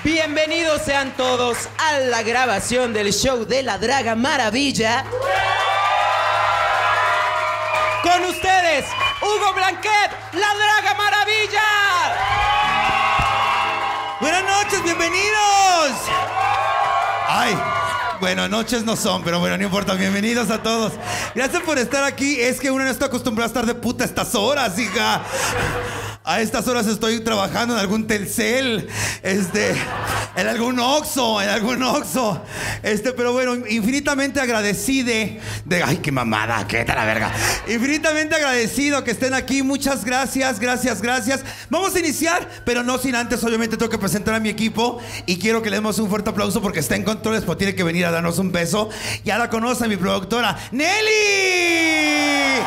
Bienvenidos sean todos a la grabación del show de la Draga Maravilla. Con ustedes, Hugo Blanquet, la Draga Maravilla. Buenas noches, bienvenidos. Ay, buenas noches no son, pero bueno, no importa. Bienvenidos a todos. Gracias por estar aquí. Es que uno no está acostumbrado a estar de puta a estas horas, hija. A estas horas estoy trabajando en algún Telcel, en algún Oxxo, pero bueno, infinitamente agradecido ay, qué mamada, qué tal la verga. Infinitamente agradecido que estén aquí, muchas gracias. Vamos a iniciar, pero no sin antes, obviamente tengo que presentar a mi equipo y quiero que le demos un fuerte aplauso porque está en controles, pero tiene que venir a darnos un beso. Ya la conoce mi productora, ¡Nelly!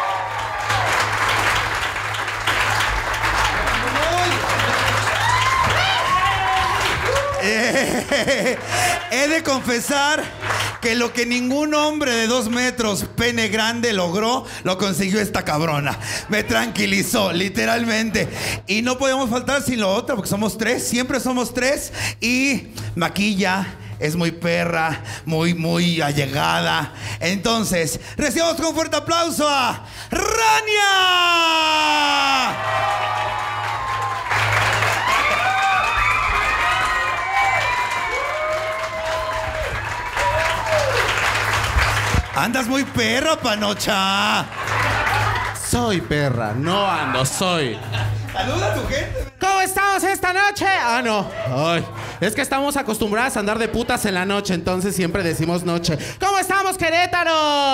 He de confesar que lo que ningún hombre de 2 metros, pene grande, logró, lo consiguió esta cabrona. Me tranquilizó, literalmente. Y no podemos faltar sin lo otro, porque somos 3, siempre somos 3. Y maquilla, es muy perra, muy allegada. Entonces, recibamos con un fuerte aplauso a Rania. Andas muy perra, panocha. Soy perra, no ando, soy. Saluda a tu gente. ¿Cómo estamos esta noche? Ah, no. Ay, es que estamos acostumbradas a andar de putas en la noche, entonces siempre decimos noche. ¿Cómo estamos, Querétaro?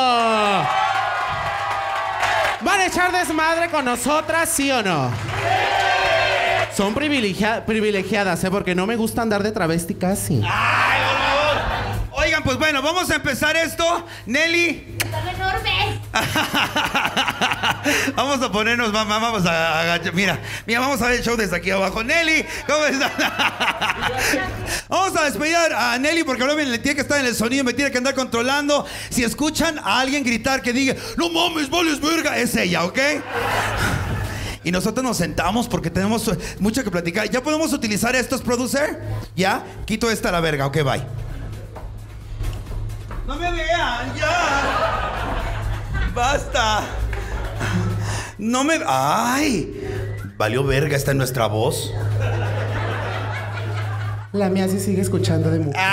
¿Van a echar desmadre con nosotras, sí o no? Son privilegiadas, porque no me gusta andar de travesti casi. Ay, por favor. Oigan, pues bueno, vamos a empezar esto. Nelly. ¡Están enormes! Vamos a ponernos, vamos a agachar. Mira, vamos a ver el show desde aquí abajo. Nelly, ¿cómo estás? Vamos a despedir a Nelly porque ahora le tiene que estar en el sonido, me tiene que andar controlando. Si escuchan a alguien gritar que diga, no mames, vales verga, es ella, ¿ok? Y nosotros nos sentamos porque tenemos mucho que platicar. ¿Ya podemos utilizar estos, producer? ¿Ya? Quito esta a la verga, ok, bye. No me vean, ya. Basta. No me... ¡Ay! Valió verga, está en nuestra voz. La mía sí sigue escuchando de mujer.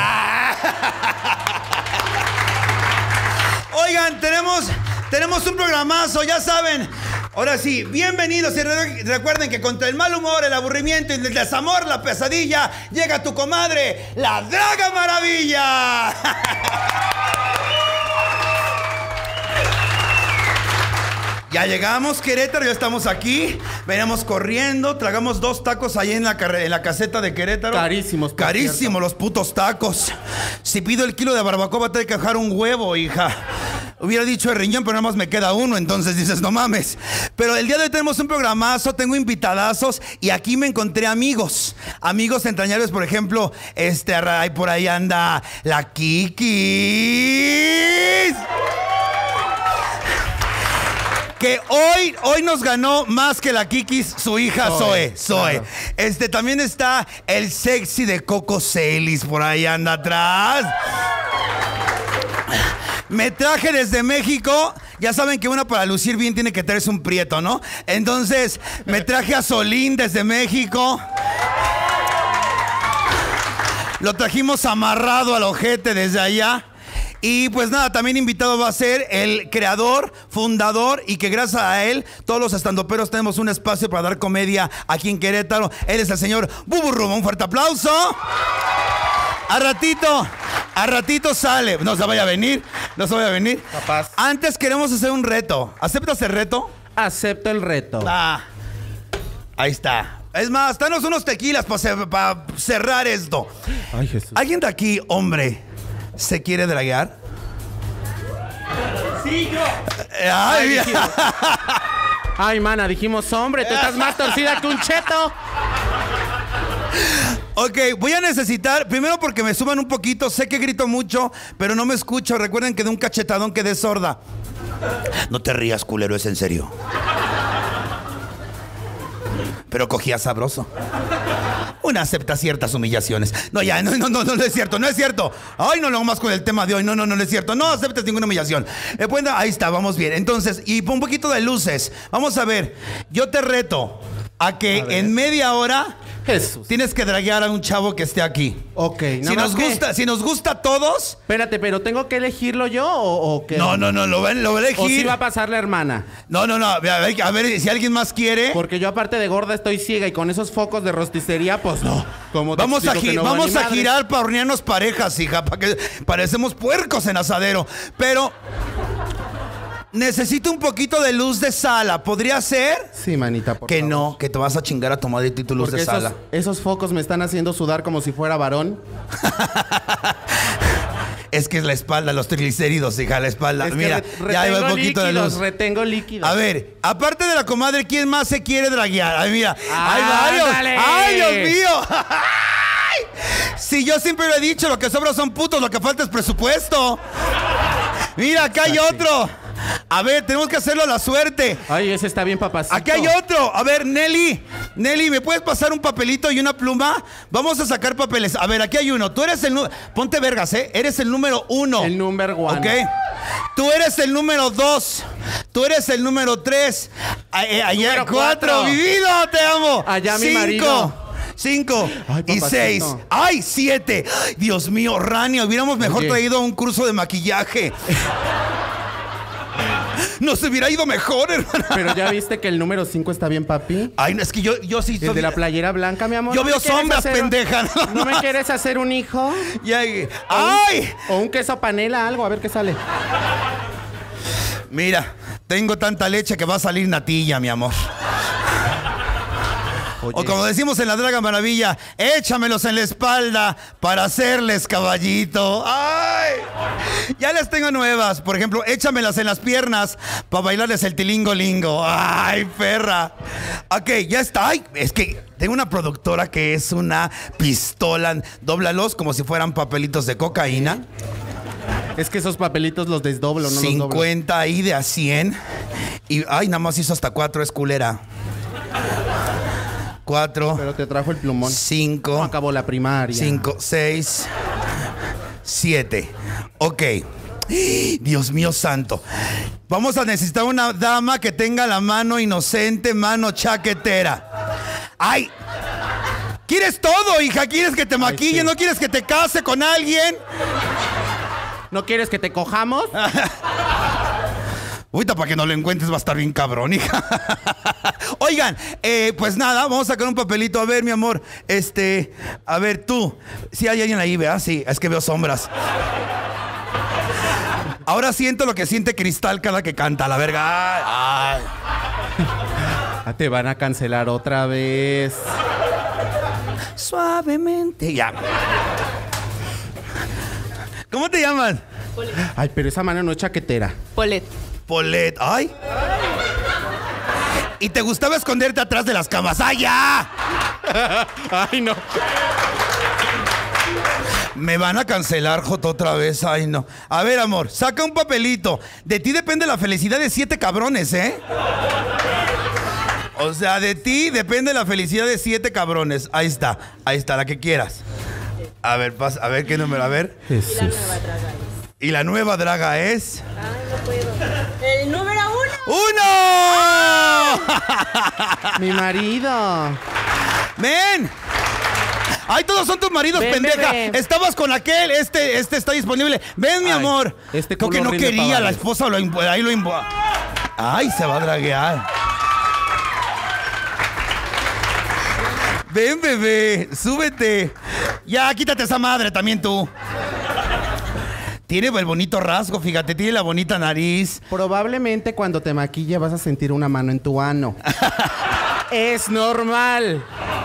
Oigan, tenemos un programazo, ya saben. Ahora sí, bienvenidos y recuerden que contra el mal humor, el aburrimiento y el desamor, la pesadilla, llega tu comadre, la Draga Maravilla. Ya llegamos, Querétaro, ya estamos aquí. Venimos corriendo, tragamos 2 tacos ahí en la caseta de Querétaro. Carísimos. Carísimos los putos tacos. Si pido el kilo de barbacoa, va a tener que dejar un huevo, hija. Hubiera dicho el riñón, pero nada más me queda uno, entonces dices, no mames. Pero el día de hoy tenemos un programazo, tengo invitadazos y aquí me encontré amigos entrañables, por ejemplo, por ahí anda la Kikis. Que hoy nos ganó más que la Kikis, su hija Zoe. Claro. También está el sexy de Coco Celis, por ahí anda atrás. Me traje desde México. Ya saben que una para lucir bien tiene que traerse un prieto, ¿no? Entonces, me traje a Solín desde México. Lo trajimos amarrado al ojete desde allá. Y pues nada, también invitado va a ser el creador, fundador y que gracias a él todos los estandoperos tenemos un espacio para dar comedia aquí en Querétaro. Él es el señor Bubu Ruma. Un fuerte aplauso. A ratito sale. No se vaya a venir. Capaz. Antes queremos hacer un reto. ¿Aceptas el reto? Acepto el reto. Ahí está. Es más, danos unos tequilas para cerrar esto. Ay, Jesús. ¿Alguien de aquí, hombre, se quiere draguear? Sí, yo. Ay, mana, dijimos hombre, tú estás más torcida que un cheto. Ok, voy a necesitar, primero porque me suban un poquito, sé que grito mucho, pero no me escucho. Recuerden que de un cachetadón quedé sorda. No te rías, culero, es en serio. pero cogía sabroso. Una acepta ciertas humillaciones. No, ya, no es cierto, no es cierto. Ay, no, más con el tema de hoy. No es cierto. No aceptes ninguna humillación. Bueno, ahí está, vamos bien. Entonces, y un poquito de luces. Vamos a ver. Yo te reto a que en media hora Jesús. tienes que draguear a un chavo que esté aquí. Ok, Si nos gusta a todos. Espérate, pero ¿tengo que elegirlo yo o qué? No, lo va a elegir. ¿O sí va a pasar la hermana? No. A ver, si alguien más quiere. Porque yo aparte de gorda estoy ciega y con esos focos de rosticería, pues no. Vamos a girar para hornearnos parejas, hija, para que parecemos puercos en asadero. Pero necesito un poquito de luz de sala. ¿Podría ser? Sí, manita, por que favor. No, que te vas a chingar a tu madre y tu luz de sala. Esos focos me están haciendo sudar como si fuera varón. Es que es la espalda, los triglicéridos, hija, la espalda. Mira, ya hay un poquito de luz. Retengo líquidos. A ver, aparte de la comadre, ¿quién más se quiere draguear? Ay, mira, hay varios. ¡Ándale! ¡Ay, Dios mío! Si yo siempre lo he dicho, lo que sobra son putos, lo que falta es presupuesto. Mira, acá hay otro. A ver, tenemos que hacerlo a la suerte. Ay, ese está bien, papacito. Aquí hay otro. A ver, Nelly, ¿me puedes pasar un papelito y una pluma? Vamos a sacar papeles. A ver, aquí hay uno. Tú eres el ponte vergas, eres el número 1. El number 1. ¿Ok? Tú eres el número 2. Tú eres el número 3. Allá 4. Vivido, te amo. Allá mi marido. 5 Ay, y 6. ¡Ay, 7! Ay, Dios mío, Rania, hubiéramos mejor traído un curso de maquillaje. Nos hubiera ido mejor, hermana. Pero ya viste que el número 5 está bien, papi. Ay, no, es que yo sí El de la playera blanca, mi amor. Yo veo sombras, pendeja. ¿No me quieres hacer un hijo? ¡Ay! O un queso panela, algo, a ver qué sale. Mira, tengo tanta leche que va a salir natilla, mi amor. Oye. O como decimos en la Draga Maravilla, échamelos en la espalda para hacerles caballito. ¡Ay! Ya les tengo nuevas. Por ejemplo, échamelas en las piernas para bailarles el tilingo-lingo. ¡Ay, perra! Ok, ya está. Ay, es que tengo una productora que es una pistola. Dóblalos como si fueran papelitos de cocaína. Es que esos papelitos los desdoblo, no 50 los doblo. ahí de a 100. Y, ay, nada más hizo hasta 4, es culera. 4. Pero te trajo el plumón. 5. No acabó la primaria. 5, 6, 7. Ok. Dios mío santo. Vamos a necesitar una dama que tenga la mano inocente, mano chaquetera. ¡Ay! ¿Quieres todo, hija? ¿Quieres que te maquille? sí. ¿No quieres que te case con alguien? ¿No quieres que te cojamos? Ahorita para que no lo encuentres va a estar bien cabrón, hija. Oigan, pues nada, vamos a sacar un papelito. A ver, mi amor, a ver, tú. Sí hay alguien ahí, ¿verdad? Sí, es que veo sombras. Ahora siento lo que siente Cristal cada que canta, la verga. Ay. Te van a cancelar otra vez. Suavemente, ya. ¿Cómo te llamas? Ay, pero esa mano no es chaquetera. Polet. Ay. ¿Y te gustaba esconderte atrás de las camas? ¡Ay, ya! Ay, no. Me van a cancelar, Joto, otra vez. Ay, no. A ver, amor, saca un papelito. De ti depende la felicidad de 7 cabrones, ¿eh? O sea, de ti depende la felicidad de 7 cabrones. Ahí está, la que quieras. A ver, a ver qué número, a ver. Jesús. Y la nueva draga es... Ay, no puedo. El número 1. ¡1! Mi marido. ¡Ven! ¡Ay, todos son tus maridos, Ven, pendeja! bebé. Estabas con aquel, este está disponible. ¡Ven, mi Ay, amor! este Creo que culo no rinde quería, pa' la varios. esposa ahí lo ¡Ay, se va a draguear! Ven, bebé, súbete. Ya, quítate esa madre también tú. Tiene el bonito rasgo, fíjate, tiene la bonita nariz. Probablemente cuando te maquille vas a sentir una mano en tu ano. Es normal.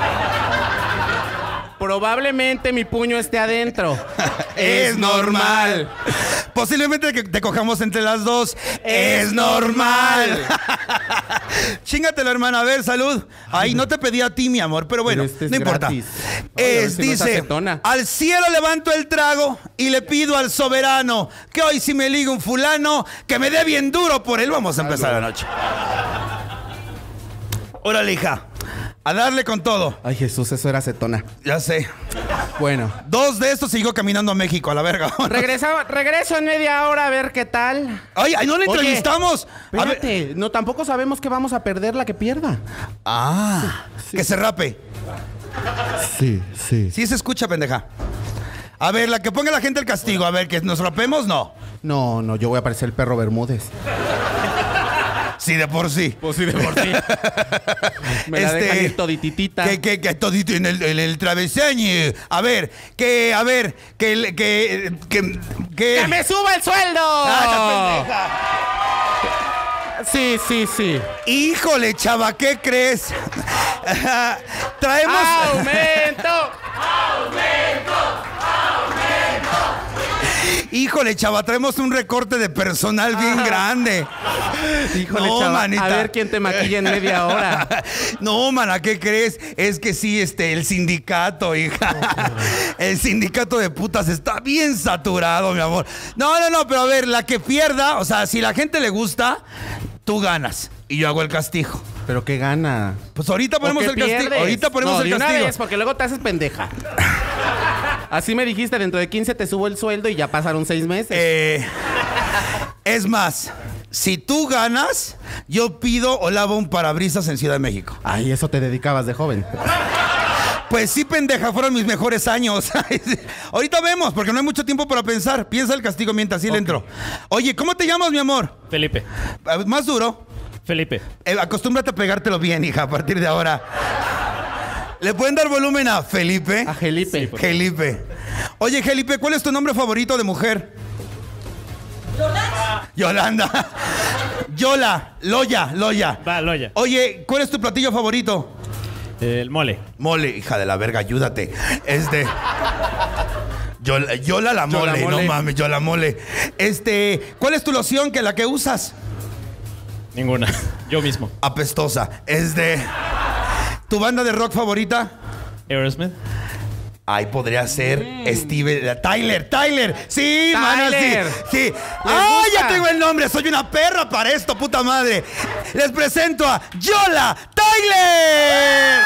Probablemente mi puño esté adentro. Es normal. Posiblemente que te cojamos entre las dos. Es normal. Chingatelo, hermana. A ver, salud. Ay, no te pedí a ti, mi amor, pero bueno, Pero este es no importa. gratis. Ay, a ver si no es dice, acetona. al cielo levanto el trago y le pido al soberano que hoy si me liga un fulano, que me dé bien duro por él. Vamos a empezar la noche. Órale, hija. A darle con todo. Ay, Jesús, eso era acetona. Ya sé. Bueno. 2 de estos sigo caminando a México, a la verga. Regreso en media hora a ver qué tal. Ay, no le entrevistamos. A ver. Espérate, no, tampoco sabemos que vamos a perder la que pierda. Sí. Que se rape. Sí. Sí se escucha, pendeja. A ver, la que ponga la gente el castigo. A ver, que nos rapemos, no. No, yo voy a parecer el perro Bermúdez. Sí, de por sí. Pues sí, de por sí. Me la dejan ir todititita. Que todito en el travesaño. A ver, que me suba el sueldo. pendeja! Sí. Híjole, chava, ¿qué crees? Traemos... ¡Aumento! Híjole, chava, traemos un recorte de personal bien grande. Híjole, chava, manita. A ver quién te maquilla en media hora. No, mana, ¿qué crees? Es que sí, el sindicato, hija. El sindicato de putas está bien saturado, mi amor. No, pero a ver, la que pierda, o sea, si la gente le gusta, tú ganas y yo hago el castigo. ¿Pero qué gana? Pues ahorita ponemos el castigo. Ahorita ponemos el castigo. Una vez, porque luego te haces pendeja. Así me dijiste, dentro de 15 te subo el sueldo y ya pasaron 6 meses. Es más, si tú ganas, yo pido o lavo un parabrisas en Ciudad de México. Ay, eso te dedicabas de joven. Pues sí, pendeja, fueron mis mejores años. Ahorita vemos, porque no hay mucho tiempo para pensar. Piensa el castigo mientras sí le entro. Oye, ¿cómo te llamas, mi amor? Felipe. Más duro. Felipe. Acostúmbrate a pegártelo bien, hija, a partir de ahora. ¿Le pueden dar volumen a Felipe? A Felipe. Sí, Felipe. Oye, Felipe, ¿cuál es tu nombre favorito de mujer? Yolanda. Loya. Va, Loya. Oye, ¿cuál es tu platillo favorito? El mole. Mole, hija de la verga, ayúdate. Yola la mole, no mames, Yola mole. ¿Cuál es tu loción la que usas? Ninguna. Yo mismo. Apestosa. ¿Tu banda de rock favorita? Aerosmith. Ay, podría ser Tyler. Sí, mana, sí. Ya tengo el nombre. Soy una perra para esto, puta madre. Les presento a Yola Tyler.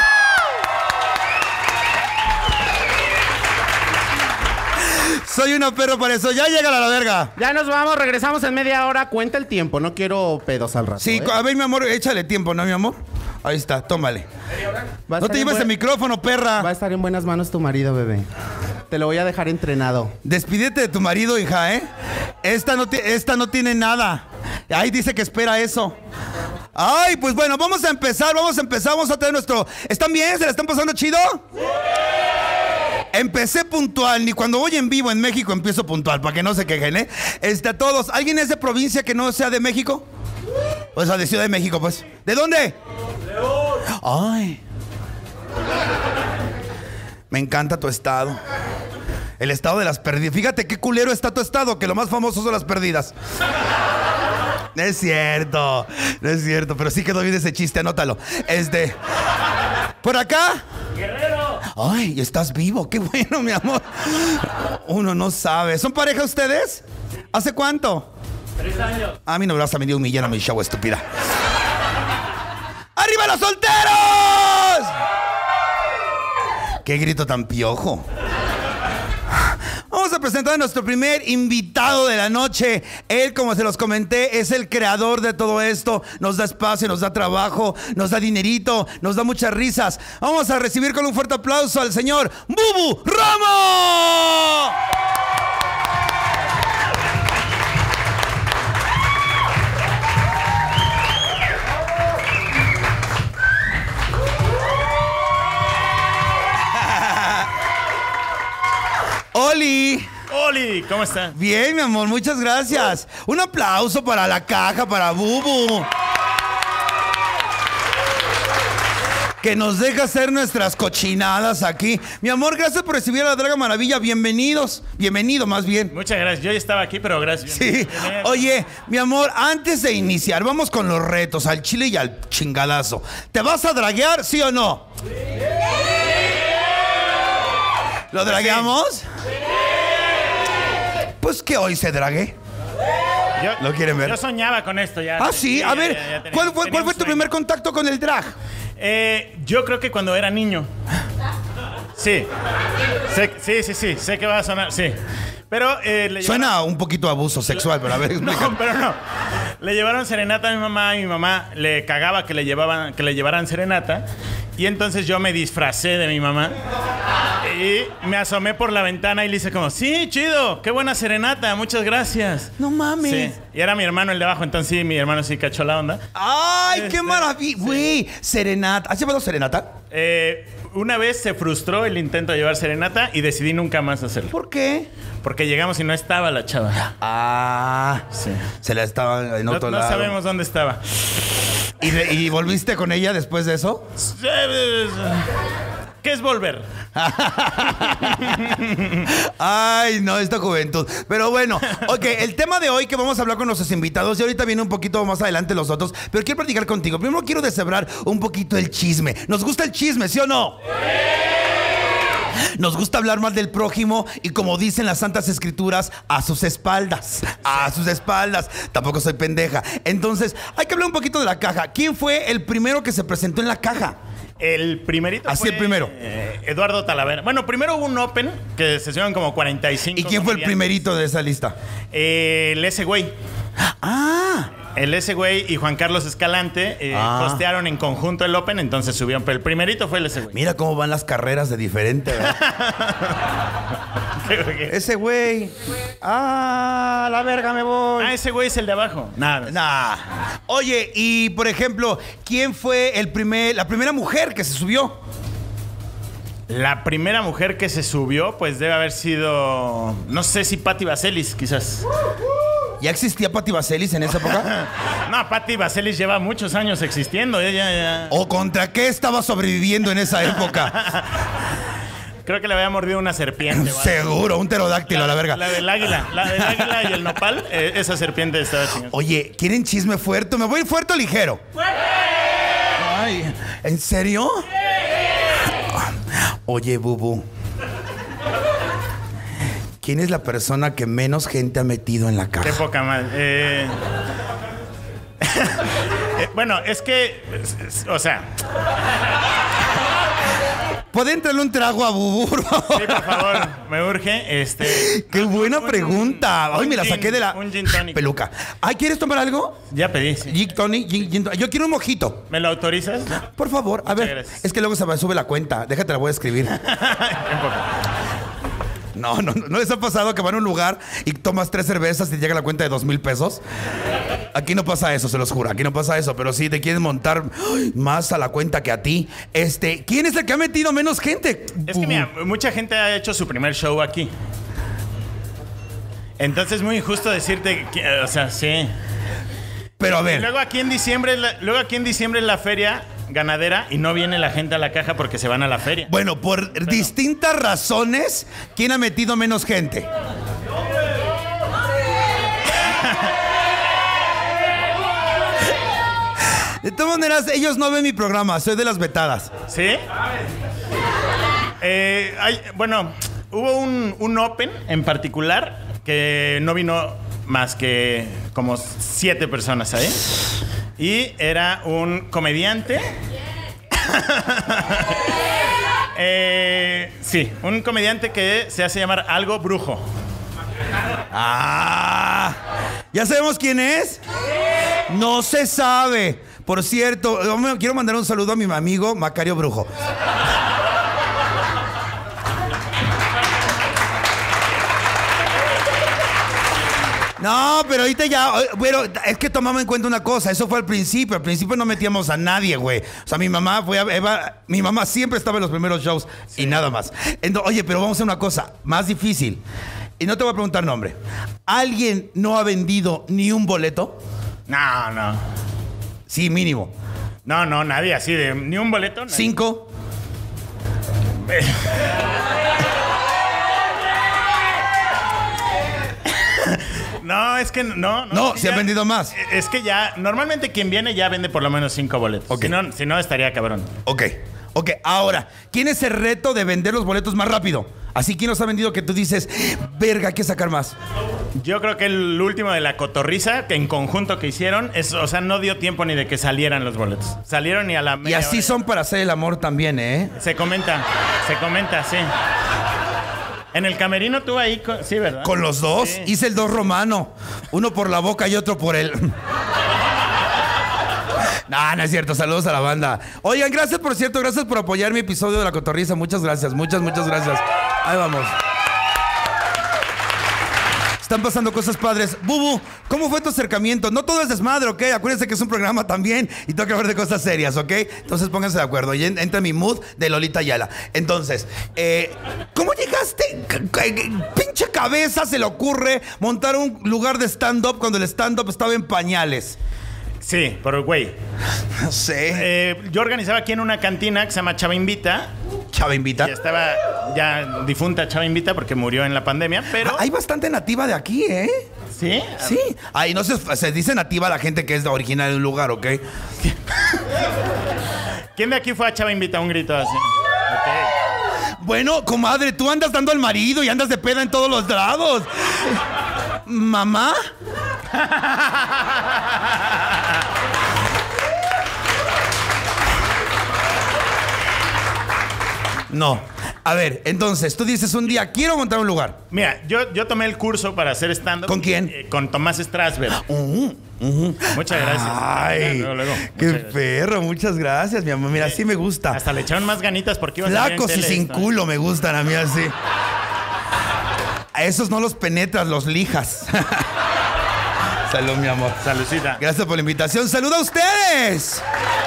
Soy una perra para eso. Ya llega a la verga. Ya nos vamos, regresamos en media hora. Cuenta el tiempo, no quiero pedos al rato. Sí, a ver, mi amor, échale tiempo, ¿no, mi amor? Ahí está, tómale. No te lleves el micrófono, perra. Va a estar en buenas manos tu marido, bebé. Te lo voy a dejar entrenado. Despídete de tu marido, hija, ¿eh? Esta no tiene nada. Ahí dice que espera eso. Ay, pues bueno, vamos a empezar. Vamos a tener nuestro... ¿Están bien? ¿Se la están pasando chido? ¡Sí! Empecé puntual. Ni cuando voy en vivo en México empiezo puntual, para que no se quejen, ¿eh? A todos. ¿Alguien es de provincia que no sea de México? O sea, de Ciudad de México, pues. ¿De dónde? León. Ay. Me encanta tu estado. El estado de las perdidas. Fíjate qué culero está tu estado, que lo más famoso son las perdidas. No es cierto, pero sí quedó bien ese chiste, anótalo. ¿Por acá? Guerrero. Ay, estás vivo, qué bueno, mi amor. Uno no sabe. ¿Son pareja ustedes? ¿Hace cuánto? 3 años. A mí no me vas a venir humillando a mi show, estúpida. ¡Arriba los solteros! ¡Qué grito tan piojo! Vamos a presentar a nuestro primer invitado de la noche. Él, como se los comenté, es el creador de todo esto. Nos da espacio, nos da trabajo, nos da dinerito, nos da muchas risas. Vamos a recibir con un fuerte aplauso al señor Bubu Ramos. Oli, ¿cómo están? Bien, mi amor, muchas gracias. Un aplauso para la caja, para Bubu. Que nos deja hacer nuestras cochinadas aquí. Mi amor, gracias por recibir a la Draga Maravilla. Bienvenidos. Bienvenido, más bien. Muchas gracias. Yo ya estaba aquí, pero gracias. Sí. Oye, mi amor, antes de iniciar, vamos con los retos, al chile y al chingadazo. ¿Te vas a draguear, sí o no? Sí. ¿Lo dragueamos? Sí. Pues que hoy se drague. ¿Lo quieren ver? Yo soñaba con esto ya. Ah, sí. A ver, ¿cuál fue tu primer contacto con el drag? Yo creo que cuando era niño. Sí. Sé que va a sonar, sí. Pero Suena un poquito a abuso sexual, pero a ver, explica. No, pero no. Le llevaron serenata a mi mamá y mi mamá le cagaba que le llevaran serenata. Y entonces yo me disfracé de mi mamá y me asomé por la ventana y le hice como, sí, chido, qué buena serenata, muchas gracias. No mames. Sí. Y era mi hermano el de abajo, entonces sí, mi hermano sí cachó la onda. ¡Ay, qué maravilla! Güey, serenata. ¿Has llevado serenata? Una vez se frustró el intento de llevar serenata y decidí nunca más hacerlo. ¿Por qué? Porque llegamos y no estaba la chava. Ah, Sí. se la estaba en otro No lado. sabemos dónde estaba. ¿Y volviste con ella después de eso? ¿Qué es volver? Ay, no, esta juventud. Pero bueno, ok, el tema de hoy que vamos a hablar con nuestros invitados, y ahorita viene un poquito más adelante los otros, pero quiero platicar contigo. Primero quiero deshebrar un poquito el chisme. ¿Nos gusta el chisme, sí o no? Nos gusta hablar mal del prójimo y, como dicen las santas escrituras, a sus espaldas. A sus espaldas. Tampoco soy pendeja. Entonces, hay que hablar un poquito de la caja. ¿Quién fue el primero que se presentó en la caja? El primerito Así fue, el primero. Eduardo Talavera. Bueno, primero hubo un Open que se hicieron como 45. ¿Y quién fue el comediantes. primerito de esa lista? El ese güey. Ah, El ese güey y Juan Carlos Escalante postearon en conjunto el Open, entonces subieron. Pero el primerito fue el ese güey. mira cómo van las carreras de diferente, ¿verdad? Ese güey. Ah, la verga, me voy. Ese güey es el de abajo. Nada. Nah. Oye, y por ejemplo, ¿quién fue la primera mujer que se subió? La primera mujer que se subió, pues debe haber sido. No sé si Patti Vaselis, quizás. ¿Ya existía Patti Vaselis en esa época? No, Patti Vaselis lleva muchos años existiendo. Ella ya. ¿O contra qué estaba sobreviviendo en esa época? Creo que le había mordido una serpiente. ¿Vale? Seguro, un pterodáctilo a la verga. La del águila. La del águila y el nopal. Esa serpiente estaba chingada. Oye, ¿quieren chisme fuerte? ¿Me voy fuerte o ligero? ¡Fuerte! Ay, ¿en serio? Oye, Bubu. ¿Quién es la persona que menos gente ha metido en la caja? Qué poca madre. Bueno, es que. O sea. ¿Puede entrarle un trago a Bubu? Sí, por favor, me urge. ¡Qué buena pregunta! Ay, me la saqué de la un gin tonic. peluca. Ay, ¿quieres tomar algo? Ya pedí, sí. Gin tonic, gin tonic. Yo quiero un mojito. ¿Me lo autorizas? Por favor, a ver. gracias. Es que luego se me sube la cuenta. Déjate, la voy a escribir. No les ha pasado que van a un lugar y tomas 3 cervezas y te llega la cuenta de 2,000 pesos. Aquí no pasa eso, se los juro. Aquí no pasa eso, pero sí te quieren montar más a la cuenta que a ti. ¿Quién es el que ha metido menos gente? Es que mira, mucha gente ha hecho su primer show aquí. Entonces es muy injusto decirte que, o sea, sí. Pero a Y ver, luego aquí en diciembre es la feria ganadera y no viene la gente a la caja porque se van a la feria. bueno, por distintas razones, ¿quién ha metido menos gente? De todas maneras, ellos no ven mi programa, soy de las vetadas. ¿Sí? Bueno, hubo un Open en particular que no vino más que como 7 personas ahí. Y era un comediante. Sí, un comediante que se hace llamar Algo Brujo. Ah, ¿ya sabemos quién es? No se sabe. Por cierto, quiero mandar un saludo a mi amigo Macario Brujo. No, pero ahorita ya. Bueno, es que tomamos en cuenta una cosa. Eso fue al principio. Al principio no metíamos a nadie, güey. O sea, mi mamá fue a Eva. Mi mamá siempre estaba en los primeros shows y nada más. Oye, pero vamos a hacer una cosa más difícil. Y no te voy a preguntar nombre. ¿Alguien no ha vendido ni un boleto? No. Sí, mínimo. No, nadie así de ni un boleto. Nadie. 5. No, es que no. No, se han vendido más. Es que ya, normalmente quien viene ya vende por lo menos 5 boletos. Ok. Si no, estaría cabrón. Ok. Ahora, ¿quién es el reto de vender los boletos más rápido? Así, ¿quién nos ha vendido que tú dices, verga, hay que sacar más? Yo creo que el último de la cotorriza, que en conjunto que hicieron, o sea, no dio tiempo ni de que salieran los boletos. Salieron y a la Y media así hora. son para hacer el amor también, ¿eh? Se comenta, sí. En el camerino tú ahí, sí, ¿verdad? Con los dos, Sí. hice el 2 romano. Uno por la boca y otro por el... No es cierto. Saludos a la banda. Oigan, gracias por apoyar mi episodio de La Cotorriza. Muchas gracias, muchas gracias. Ahí vamos. Están pasando cosas padres. Bubu, ¿cómo fue tu acercamiento? No todo es desmadre, ¿ok? Acuérdense que es un programa también y tengo que hablar de cosas serias, ¿ok? Entonces pónganse de acuerdo. Y entra mi mood de Lolita Ayala. Entonces, ¿cómo llegaste? Pinche cabeza se le ocurre montar un lugar de stand-up cuando el stand-up estaba en pañales. Sí, pero güey. No sé. Yo organizaba aquí en una cantina que se llama Chava Invita. Chava Invita. Y estaba ya difunta Chava Invita porque murió en la pandemia, pero... Hay bastante nativa de aquí, ¿eh? ¿Sí? Sí. Ay, no se dice nativa a la gente que es original de un lugar, ¿ok? ¿Quién de aquí fue a Chava Invita? Un grito así. Ok. Bueno, comadre, tú andas dando al marido y andas de peda en todos los lados. ¿Mamá? No. A ver, entonces, tú dices un día, quiero montar un lugar. Mira, yo tomé el curso para hacer stand-up. ¿Con quién? Con Tomás Strasberg. Muchas gracias. Ay, Luego. qué Muchas gracias. perro, muchas gracias, mi amor. Mira, así me gusta. Hasta le echaron más ganitas porque iba a salir en Flacos y tele sin esto. culo me gustan a mí así. A esos no los penetras, los lijas. Salud, mi amor. Saludcita. Gracias por la invitación. ¡Salud a ustedes!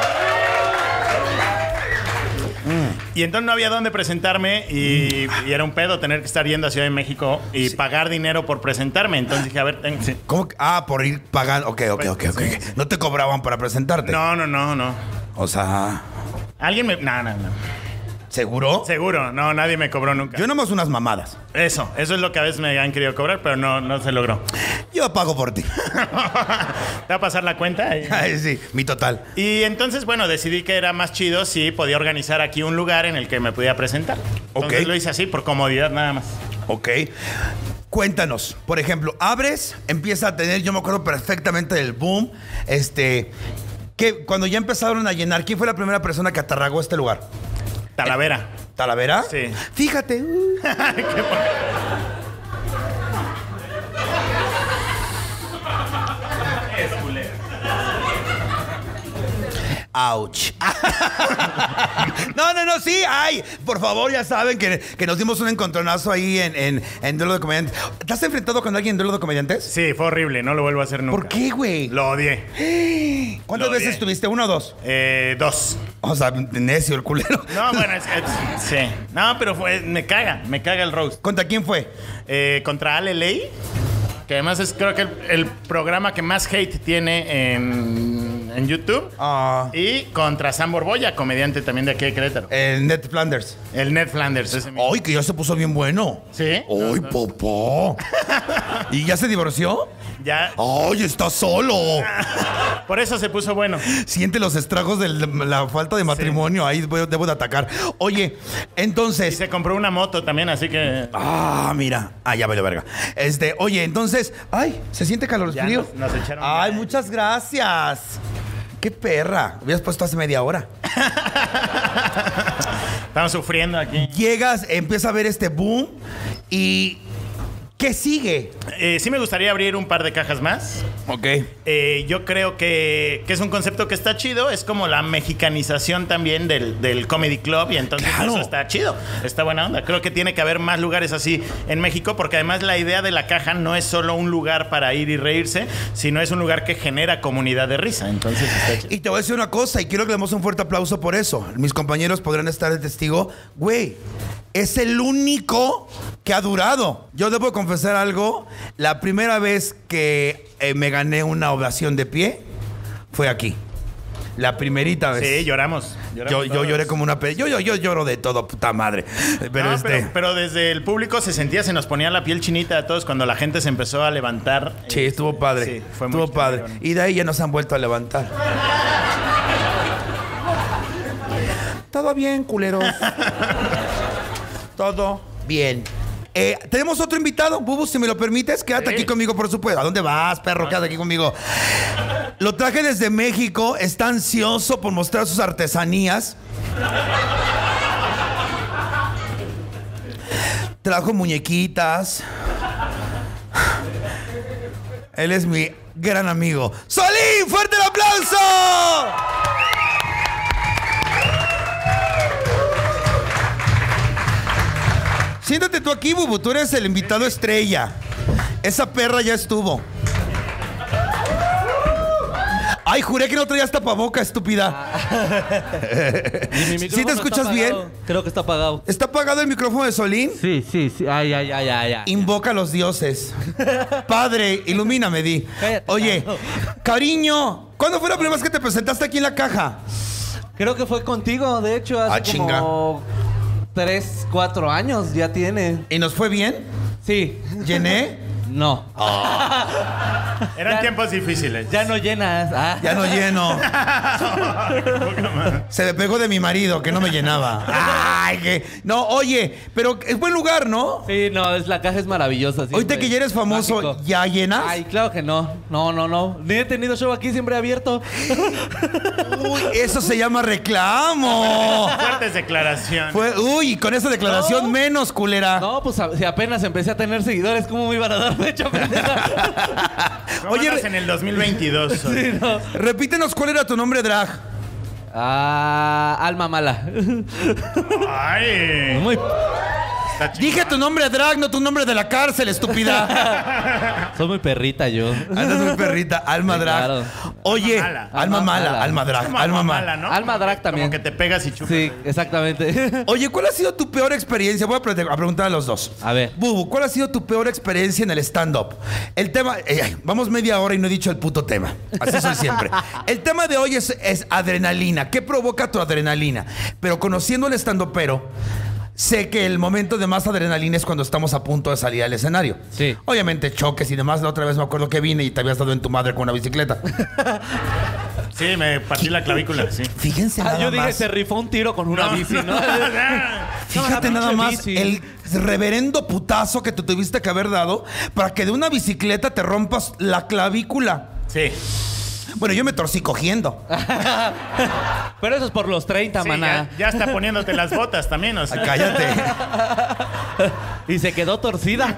Y entonces no había dónde presentarme y era un pedo tener que estar yendo a Ciudad de México y pagar dinero por presentarme. Entonces dije, a ver, sí. ¿Cómo que? Ah, por ir pagando. Ok. Sí. No te cobraban para presentarte. No. O sea, Alguien me... No. ¿seguro? Seguro, no, nadie me cobró nunca. Yo nomás unas mamadas. Eso es lo que a veces me han querido cobrar, pero no se logró. Yo pago por ti. ¿Te va a pasar la cuenta? Ay, sí, mi total. Y entonces, bueno, decidí que era más chido si podía organizar aquí un lugar en el que me pudiera presentar. Entonces Ok. lo hice así, por comodidad nada más. Ok. Cuéntanos, por ejemplo, abres, empieza a tener, yo me acuerdo perfectamente del boom, que cuando ya empezaron a llenar, ¿quién fue la primera persona que atarragó este lugar? Talavera. ¿Talavera? Sí. Fíjate. Ouch. No, sí, ay, por favor, ya saben que nos dimos un encontronazo ahí en Duelo de Comediantes. ¿Te has enfrentado con alguien en Duelo de Comediantes? Sí, fue horrible, no lo vuelvo a hacer nunca. ¿Por qué, güey? Lo odié. ¿Cuántas Lo veces odié. estuviste? ¿Uno o dos? 2. O sea, necio el culero. No, bueno, sí. No, pero me caga el roast. ¿Contra quién fue? Contra Ale Ley, que además es creo que el programa que más hate tiene en YouTube. Ah, Y contra Sam Borbolla, comediante también de aquí de Querétaro. el Ned Flanders. El Ned Flanders, ese mismo. ¡Ay, que ya se puso bien bueno! ¿Sí? ¡Ay, popó! ¿Y ya se divorció? Ya, ¡Ay, está solo! por eso se puso bueno. Siente los estragos de la falta de matrimonio. Ahí debo de atacar. Oye, Y entonces... se compró una moto también, así que Ah, mira. Ah, ya valió verga. Oye, entonces... ¡Ay! ¿Se siente calor Ya frío? nos echaron ¡Ay, ya. muchas gracias! ¡Qué perra! Hubieras puesto hace media hora. estamos sufriendo aquí. Llegas, empieza a ver este boom y... ¿Qué sigue? Sí me gustaría abrir un par de cajas más. Ok. Yo creo que es un concepto que está chido. Es como la mexicanización también del Comedy Club. Y entonces Claro. eso está chido. Está buena onda. Creo que tiene que haber más lugares así en México. Porque además la idea de la caja no es solo un lugar para ir y reírse, sino es un lugar que genera comunidad de risa. Entonces está chido. Y te voy a decir una cosa y quiero que le demos un fuerte aplauso por eso. Mis compañeros podrán estar de testigo. Güey, es el único que ha durado. Yo debo confesar algo. La primera vez que me gané una ovación de pie fue aquí. La primerita vez. Sí, lloramos. Yo lloré como una Yo lloro de todo, puta madre. Pero No, pero desde el público se nos ponía la piel chinita a todos cuando la gente se empezó a levantar. Sí, estuvo padre. Sí, fue muy estuvo padre. chingón. Y de ahí ya nos han vuelto a levantar. Todo bien, culeros. Todo Bien. Tenemos otro invitado, Bubu, si me lo permites, quédate aquí conmigo, por supuesto. ¿A dónde vas, perro? Quédate aquí conmigo. Lo traje desde México, está ansioso por mostrar sus artesanías. Trajo muñequitas. Él es mi gran amigo. ¡Solín! ¡Fuerte el aplauso! Siéntate tú aquí, Bubu. Tú eres el invitado estrella. Esa perra ya estuvo. Ay, juré que no traías tapaboca, estúpida. ¿Sí te escuchas bien? Creo que está apagado. ¿Está apagado el micrófono de Solín? Sí. Ay. Invoca a los dioses. Padre, ilumíname, di. Cállate, Oye, no. cariño, ¿cuándo fue la primera vez que te presentaste aquí en la caja? Creo que fue contigo, de hecho, hace como 3, 4 años ya tiene. ¿Y nos fue bien? Sí. ¿Llené? No. Eran Ya- tiempos difíciles. Ya no llenas. Ah. Ya no lleno. Se me pegó de mi marido, que no me llenaba. Ay, que... No, oye, pero es buen lugar, ¿no? Sí, no, la caja es maravillosa. Ahorita siempre. que ya eres famoso, Mágico. ¿ya llenas? Ay, claro que no. No. Ni he tenido show aquí, siempre abierto. Uy, eso se llama reclamo. Fuertes declaraciones. Uy, con esa declaración No. menos culera. No, pues si apenas empecé a tener seguidores, ¿cómo me iban a dar fecha, pendeja? ¿Cómo Oye, andas en el 2022? Sí, no. repítenos cuál era tu nombre drag. Alma mala. Ay. Muy... Está chingón. Dije tu nombre drag, no tu nombre de la cárcel, estúpida. Soy muy perrita yo. Andas muy perrita, alma Sí, drag. claro. Oye, Alma alma mala, alma drag, Como alma mala, mala. ¿no? Alma drag también. Como que te pegas y chupas. Sí, exactamente. Oye, ¿cuál ha sido tu peor experiencia? Voy a preguntar a los dos. A ver. Bubu, ¿cuál ha sido tu peor experiencia en el stand-up? El tema... vamos media hora y no he dicho el puto tema. Así soy siempre. El tema de hoy es adrenalina. ¿Qué provoca tu adrenalina? Pero conociendo el stand-upero, sé que el momento de más adrenalina es cuando estamos a punto de salir al escenario. Sí. Obviamente choques y demás. La otra vez me acuerdo que vine y te habías dado en tu madre con una bicicleta. Sí, me partí la clavícula, sí. Fíjense nada Yo dije, más. se rifó un tiro con una bici, ¿no? Fíjate No, nada pinche más bici. el reverendo putazo que te tuviste que haber dado para que de una bicicleta te rompas la clavícula. Sí. Bueno, yo me torcí cogiendo. Pero eso es por los 30, Sí, maná. ya está poniéndote las botas también, o sea. Cállate. Y se quedó torcida.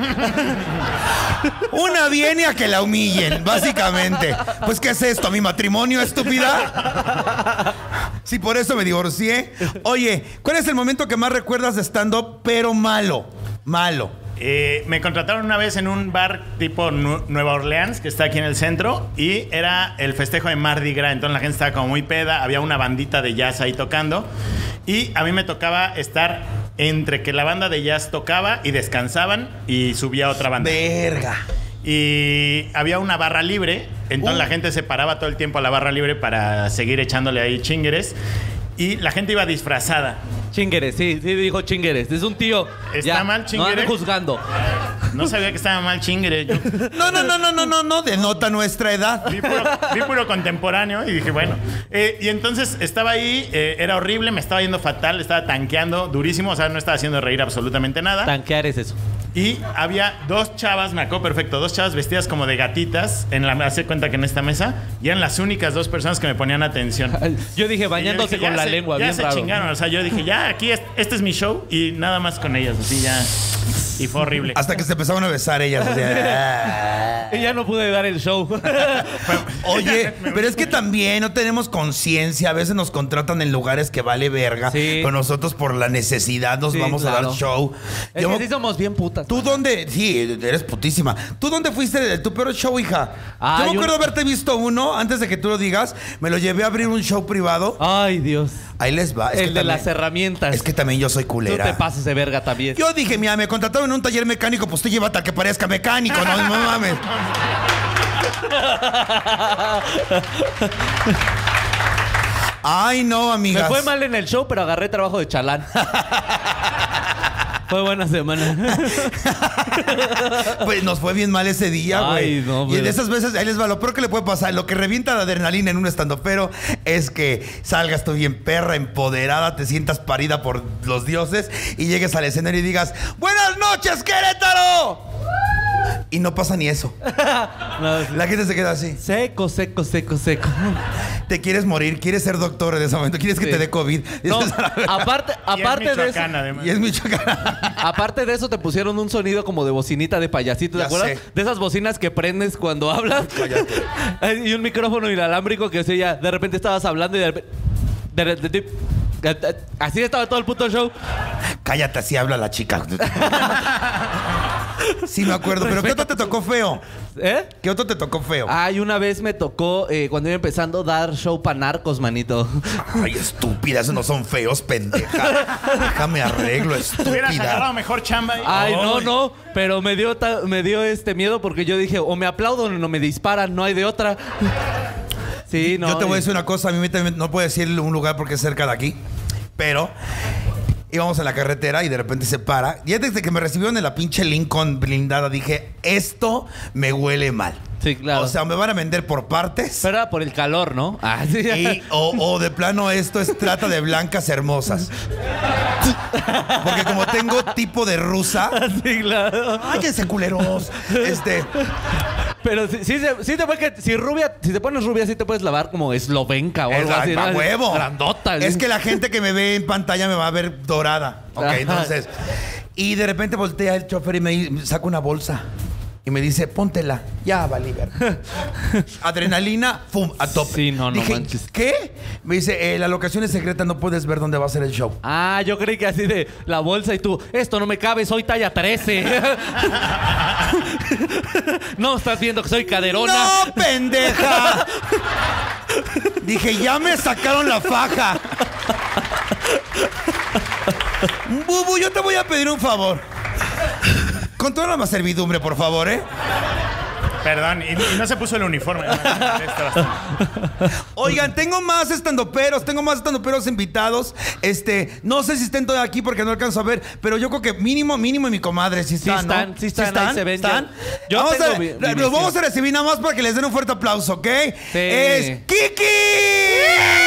Una viene a que la humillen, básicamente. Pues, ¿qué es esto? ¿Mi matrimonio, estúpida? Sí, por eso me divorcié. Oye, ¿cuál es el momento que más recuerdas de stand-up, pero malo? Malo. Me contrataron una vez en un bar tipo Nueva Orleans, que está aquí en el centro, y era el festejo de Mardi Gras. Entonces la gente estaba como muy peda, había una bandita de jazz ahí tocando, y a mí me tocaba estar entre que la banda de jazz tocaba y descansaban y subía otra banda. Verga. Y había una barra libre, entonces la gente se paraba todo el tiempo a la barra libre para seguir echándole ahí chingueres, y la gente iba disfrazada. Chingueres, sí, dijo chingueres. Es un tío. ¿Está mal, No chinguere? ando juzgando. No sabía que estaba mal chingere. Yo No, denota nuestra edad. vi puro contemporáneo y dije, bueno. Y entonces estaba ahí, era horrible, me estaba yendo fatal, estaba tanqueando durísimo, o sea, no estaba haciendo reír absolutamente nada. Tanquear es eso. Y había dos chavas, me acuerdo perfecto, dos chavas vestidas como de gatitas, me hace cuenta que en esta mesa, y eran las únicas dos personas que me ponían atención. Yo dije, Y yo bañándose dije, con la lengua, ya bien se raro. chingaron, o sea, yo dije, ya, aquí este es mi show y nada más con ellas, así ya. Y fue horrible. Hasta que se empezaron a besar ellas. Así, Y ya no pude dar el show. Oye, pero es que también no tenemos conciencia. A veces nos contratan en lugares que vale verga. Sí. Pero nosotros por la necesidad nos Sí, vamos a claro. dar show. Es Yo- que sí somos bien putas. ¿Tú dónde? Sí, eres putísima. ¿Tú dónde fuiste de tu peor show, hija? Ah, Yo me yo- acuerdo haberte visto uno, antes de que tú lo digas, me lo llevé a abrir un show privado. Ay, Dios. Ahí les va. Es El que de también- las herramientas. Es que también yo soy Tú culera. te pases de verga también. Yo dije, mira, me contrataron en un taller mecánico, pues tú llévate al que parezca mecánico, no mames. Ay, no, Me amigas. fue mal en el show, pero agarré trabajo de chalán. Fue buena semana. Pues nos fue bien mal ese día, güey. Ay, no, y de esas veces, ahí les va, lo peor que le puede pasar, lo que revienta la adrenalina en un estandopero es que salgas tú bien perra, empoderada, te sientas parida por los dioses y llegues al escenario y digas, ¡buenas noches, Querétaro! Y no pasa ni eso. No, La gente se queda así. seco. Te quieres morir, quieres ser doctor en ese momento, quieres que Sí. te dé COVID. No, Dices, aparte de eso. Además. y es Michoacán. Aparte de eso, te pusieron un sonido como de bocinita de payasito, ¿te Ya acuerdas? sé. De esas bocinas que prendes cuando hablas. Y un micrófono inalámbrico que, o sea, ya de repente estabas hablando y de repente... así estaba todo el puto show. Cállate, así habla la chica. Sí, me acuerdo. ¿Pero qué otro te tocó feo? ¿Eh? ¿Qué otro te tocó feo? Ay, una vez me tocó cuando iba empezando a dar show para narcos, manito. Ay, estúpida, esos no son feos, pendeja. Déjame arreglo, Hubieras agarrado estúpida. mejor chamba ahí. Ay, no, pero me dio miedo porque yo dije, o me aplauden o no me disparan, no hay de otra. Sí, no. Yo te voy a decir una cosa, a mí también no puedo decir un lugar porque es cerca de aquí, pero íbamos en la carretera y de repente se para. Y desde que me recibieron en la pinche Lincoln blindada dije, esto me huele mal. Sí, claro. O sea, me van a vender por partes. Pero era por el calor, ¿no? Ah, sí. O de plano esto es trata de blancas hermosas. Porque como tengo tipo de rusa. Sí, claro. ¡Cállense, culeros! Pero sí te puede que si te pones rubia, sí te puedes lavar como eslovenca o algo así. ¡A ¿no? huevo! Grandota. Es que la gente que me ve en pantalla me va a ver dorada. Ok, Ajá. entonces. Y de repente voltea el chofer y me saca una bolsa. Y me dice, póntela. Ya, valí, verga. Adrenalina, ¡fum! A tope. Sí, no Dije, manches. ¿qué? Me dice, la locación es secreta, no puedes ver dónde va a ser el show. Ah, yo creí que así de la bolsa y tú, esto no me cabe, soy talla 13. No, estás viendo que soy caderona. ¡No, pendeja! Dije, ya me sacaron la faja. Bubu, yo te voy a pedir un favor. Con toda la servidumbre, por favor, ¿eh? Perdón, y no se puso el uniforme. Oigan, tengo más estandoperos invitados. No sé si estén todos aquí porque no alcanzo a ver, pero yo creo que mínimo y mi comadre sí están, ¿no? Sí están, ahí se ven. ¿Están? Yo Vamos tengo a, mi los visión. vamos a recibir nada más para que les den un fuerte aplauso, ¿ok? Sí. Es Kiki.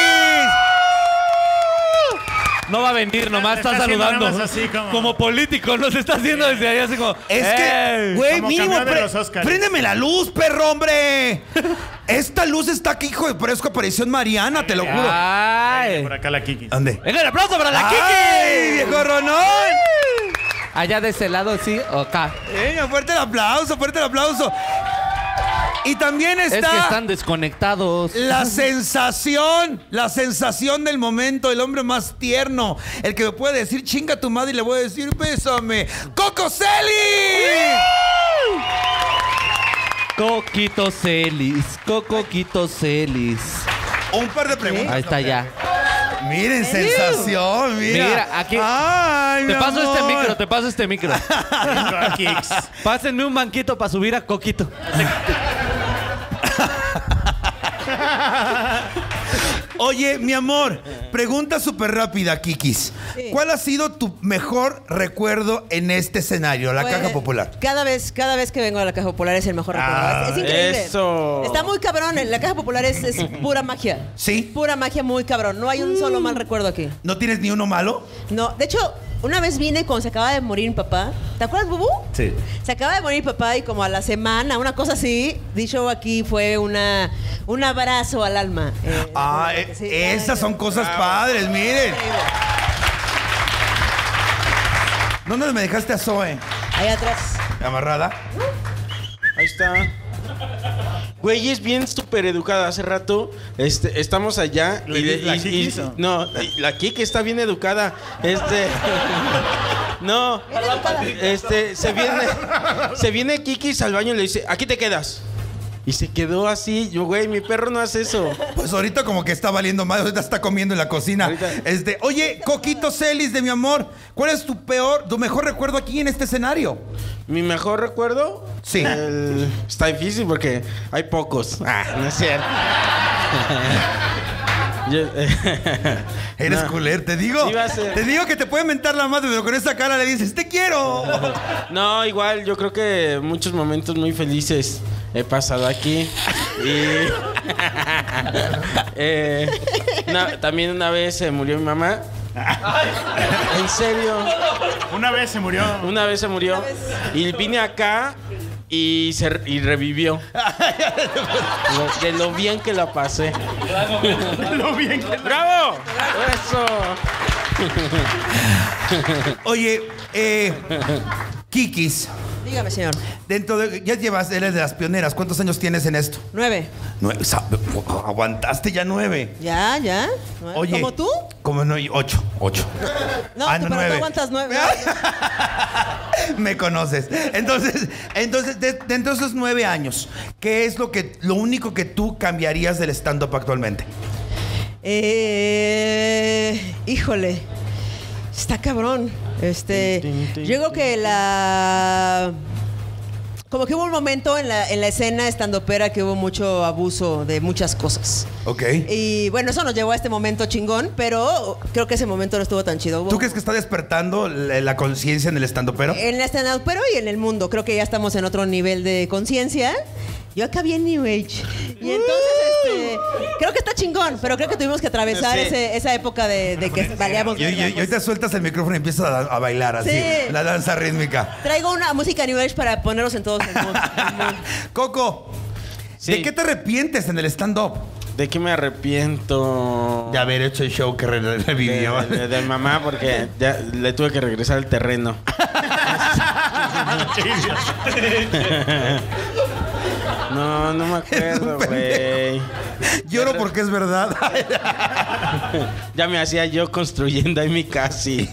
No va a venir, nomás Está está haciendo saludando. nada más así como político, nos está haciendo desde ahí así como. Es que, ¡Ey! güey, Como mínimo, campeón de los Óscares. préndeme la luz, perro, hombre. Esta luz está aquí, hijo de parezco aparición mariana, te lo juro. ¡Ay! Por acá la Kiki. ¿Dónde? ¡Venga, el aplauso para la ¡Ay, Kiki! viejo Ronón! Allá de ese lado, sí, o acá. Venga, fuerte el aplauso, fuerte el aplauso. Y también está Es que están desconectados. la sensación del momento, el hombre más tierno, el que me puede decir chinga tu madre y le voy a decir bésame. ¡Coco Celis! Coquito Celis. Un par de preguntas. Ahí está ya. Miren, sensación, mira. Mira, aquí. Ay, Te mi paso amor. este micro. Kicks. Pásenme un banquito para subir a Coquito. Oye, mi amor, pregunta súper rápida, Kikis. Sí. ¿Cuál ha sido tu mejor recuerdo en este escenario, la Pues, Caja Popular? Cada vez que vengo a la Caja Popular es el mejor recuerdo. Es increíble. eso. Está muy cabrón. La Caja Popular es pura magia. ¿Sí? Pura magia muy cabrón. No hay un solo mal recuerdo aquí. ¿No tienes ni uno malo? No, de hecho, una vez vine cuando se acaba de morir mi papá. ¿Te acuerdas, Bubu? Sí. Se acaba de morir mi papá y como a la semana, una cosa así, di show aquí fue un abrazo al alma. Sí, esas son cosas padres, miren. increíble. ¿Dónde me dejaste a Zoe? Ahí atrás. ¿Amarrada? Ahí está. Güey, es bien súper educada. Hace rato estamos allá ¿Le dices la Kiki, o? no, la Kiki está bien educada. No, se viene Kiki al baño y le dice, aquí te quedas. Y se quedó así. Yo, güey, mi perro no hace eso. Pues ahorita como que está valiendo mal, ahorita está comiendo en la cocina. Ahorita. Oye, Coquito Celis de mi amor, ¿cuál es tu mejor recuerdo aquí en este escenario? Mi mejor recuerdo. Sí. Está difícil porque hay pocos. No es cierto. Eres culero, te digo. Iba a ser- Te digo que te puede mentar la madre, pero con esa cara le dices, te quiero. No, igual, yo creo que muchos momentos muy felices he pasado aquí. Y también una vez se murió mi mamá. ¿En serio? Una vez se murió. Una vez se murió. Y vine acá y revivió. De lo bien que la pasé. Lo bien que... ¡Bravo! Eso. Oye, Kikis, Dígame, señor. eres de las pioneras. ¿Cuántos años tienes en esto? 9. Aguantaste ya 9. Ya. 9. Oye. ¿Como tú? Como no, 8. No, Ah, tú, no, pero 9. tú aguantas 9. Me conoces. Entonces, dentro de esos 9 años, ¿qué es lo único que tú cambiarías del stand-up actualmente? Híjole. Está cabrón. Yo creo que como que hubo un momento en la escena estandopera que hubo mucho abuso de muchas cosas. Ok. Y bueno, eso nos llevó a este momento chingón, pero creo que ese momento no estuvo tan chido. ¿Tú crees que está despertando la conciencia en el stand-upero? En el stand-upero y en el mundo. Creo que ya estamos en otro nivel de conciencia. Yo acá vi en New Age. Y entonces, creo que está chingón, pero creo que tuvimos que atravesar Sí. esa época de que valíamos. Y ahorita sueltas el micrófono y empiezas a bailar así. Sí. La danza rítmica. Traigo una música New Age para ponerlos en todos el mundo. Coco, Sí. ¿de qué te arrepientes en el stand-up? ¿De qué me arrepiento? De haber hecho el show que revivió. De mamá, porque ya le tuve que regresar al terreno. No me acuerdo, güey. Lloro porque es verdad. Ya me hacía yo construyendo ahí mi casi.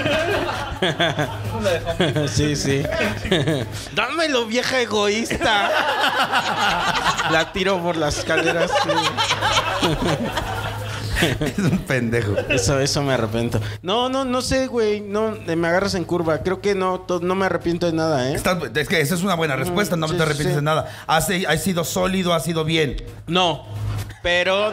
Sí. Dámelo, vieja egoísta. La tiro por las escaleras. Sí. Es un pendejo. Eso me arrepiento. No sé, güey. No, me agarras en curva. Creo que no me arrepiento de nada, ¿eh? Es que esa es una buena respuesta, no sí, te arrepientes sí. de nada. Has sido sólido, has sido bien. No, pero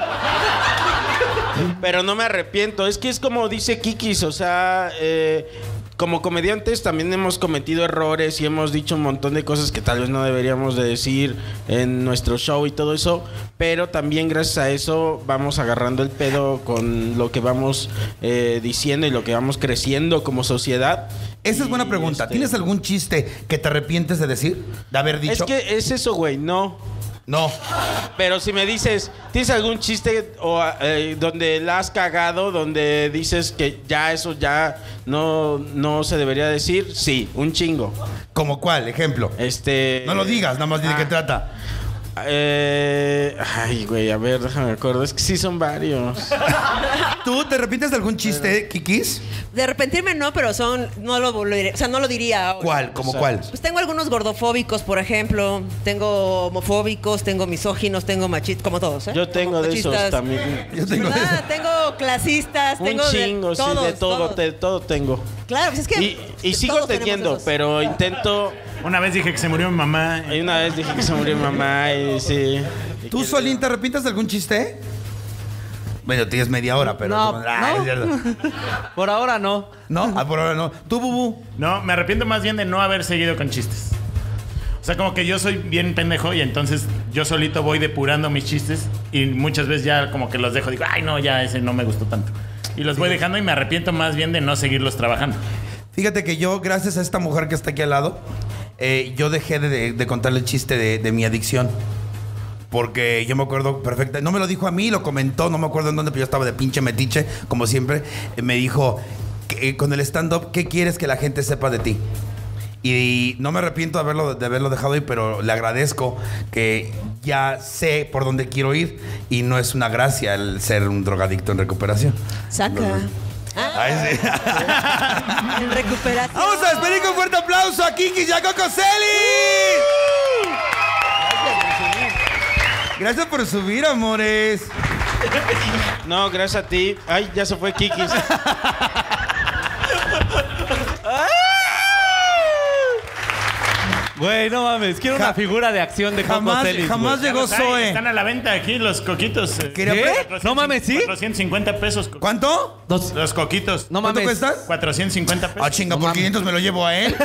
no me arrepiento. Es que es como dice Kikis, o sea, como comediantes también hemos cometido errores y hemos dicho un montón de cosas que tal vez no deberíamos de decir en nuestro show y todo eso, pero también gracias a eso vamos agarrando el pedo con lo que vamos diciendo y lo que vamos creciendo como sociedad. Esa es buena pregunta. ¿Tienes algún chiste que te arrepientes de decir? ¿De haber dicho? Es que es eso, güey, no. No. Pero si me dices, ¿tienes algún chiste donde la has cagado, donde dices que ya eso ya no se debería decir? Sí, un chingo. ¿Como cuál? Ejemplo. No lo digas, nada más de qué trata. Ay, güey, a ver, déjame acuerdo. Es que sí son varios. ¿Tú te arrepientes de algún chiste, Kikis? De arrepentirme no, pero no lo diría ahora. ¿Cuál? ¿Como cuál? Pues tengo algunos gordofóbicos, por ejemplo. Tengo homofóbicos, tengo misóginos, tengo machistas, como todos, ¿eh? Yo tengo de esos Machistas. también. Yo tengo de eso. Tengo clasistas, Un tengo chingo, sí, de todo, de todo tengo. Claro, pues es que Y sigo todos tenemos teniendo, esos. pero intento. Una vez dije que se murió mi mamá. Y una vez dije que se murió mi mamá y sí. ¿Tú, Solín, te arrepientes de algún chiste? Bueno, tienes media hora, pero... No, Ay, no. es cierto. Por ahora no. ¿No? Por ahora no. ¿Tú, Bubu? No, me arrepiento más bien de no haber seguido con chistes. O sea, como que yo soy bien pendejo y entonces yo solito voy depurando mis chistes y muchas veces ya como que los dejo. Digo, ay, no, ya ese no me gustó tanto. Y los voy dejando y me arrepiento más bien de no seguirlos trabajando. Fíjate que yo, gracias a esta mujer que está aquí al lado, yo dejé de contarle el chiste de mi adicción. Porque yo me acuerdo perfecto. No me lo dijo a mí, lo comentó, no me acuerdo en dónde, pero yo estaba de pinche metiche, como siempre. Me dijo, con el stand-up, ¿qué quieres que la gente sepa de ti? Y no me arrepiento de haberlo dejado ir, pero le agradezco que ya sé por dónde quiero ir y no es una gracia el ser un drogadicto en recuperación. Saca. Ay, sí. En recuperación. Vamos a despedir con un fuerte aplauso a Kikis y a Coco Celis. Gracias por subir, amores. No, gracias a ti. Ay, ya se fue Kikis. Güey, no mames. Quiero una figura de acción de Coco Jamás, Celis, jamás güey. llegó Zoe. Están a la venta aquí los coquitos. ¿Qué? No mames, ¿sí? 450 pesos. ¿Cuánto? Los coquitos. No ¿Cuánto mames. cuestan? 450 pesos. Ah, chinga, por 500 me lo llevo a él.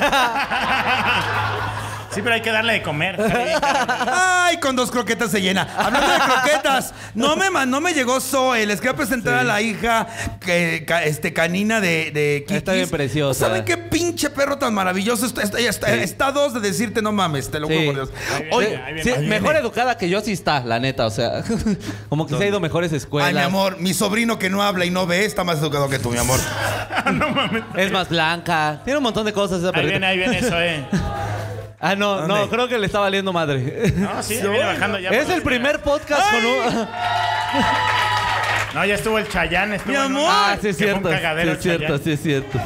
Sí, pero hay que darle de comer. Ay, con 2 croquetas se llena. Hablando de croquetas, no me llegó Zoe. Les quería presentar a la hija canina de Kikis. Está bien preciosa. ¿Saben qué pinche perro tan maravilloso? Está a 2 de decirte no mames, te lo juro por Dios. Oye, ahí Sí, viene. mejor educada que yo sí está, la neta. O sea, como que se ha ido a mejores escuelas. ay, mi amor, mi sobrino que no habla y no ve está más educado que tú, mi amor. No mames. Es más blanca. Tiene un montón de cosas esa perrita. Ahí viene eso, Ah, no, ¿Dónde? no, creo que le está valiendo madre. No, sí, viene bajando ya. Es el primer podcast con un... No, ya estuvo el Chayán. Estuvo Mi en amor. una- Ah, sí es que fue un cierto. Sí cagadero es cierto, Chayanne. sí es cierto.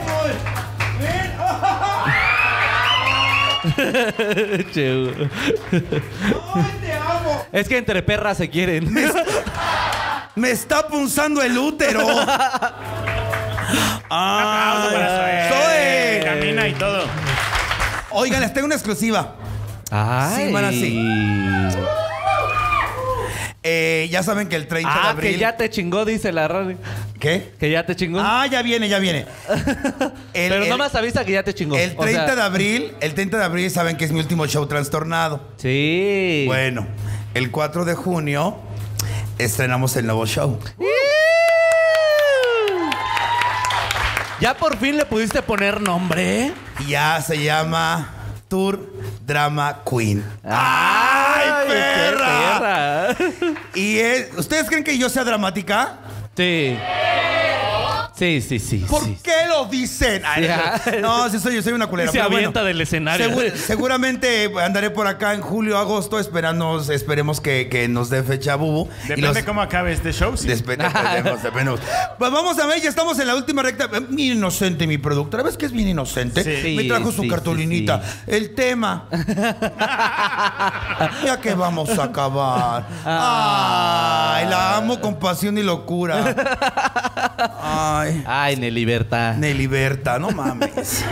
Che, güey. Es que entre perras se quieren. Me está punzando el útero. Aplauso para Zoe. Camina y todo. Oigan, les tengo una exclusiva. Ay. Sí, van así. Ya saben que el 30 de Ah, abril... que ya te chingó, dice la radio. ¿Qué? Que ya te chingó. Ah, ya viene, ya viene. Pero nomás avisa que ya te chingó. El O sea, 30 de abril saben que es mi último show trastornado. Sí. Bueno, el 4 de junio estrenamos el nuevo show. ¿Ya por fin le pudiste poner nombre? Ya se llama Tour Drama Queen. ¡Ay, perra! qué perra! Y ¿ustedes creen que yo sea dramática? Sí. Sí. ¿Por sí. qué lo dicen? Ay, no, sí soy una culera. Se pero avienta del escenario. Seguramente andaré por acá en julio, agosto, esperemos que nos dé fecha Bubu. Depende cómo acabe este show. Sí. Dependemos. Pues vamos a ver, ya estamos en la última recta. Bien inocente mi productora. ¿Ves que es bien inocente? Sí. Me trajo su Sí, cartulinita. sí. El tema. Ya que vamos a acabar. Ay, la amo con pasión y locura. Ay. Ay, Nelibertad. Neliberta, no mames.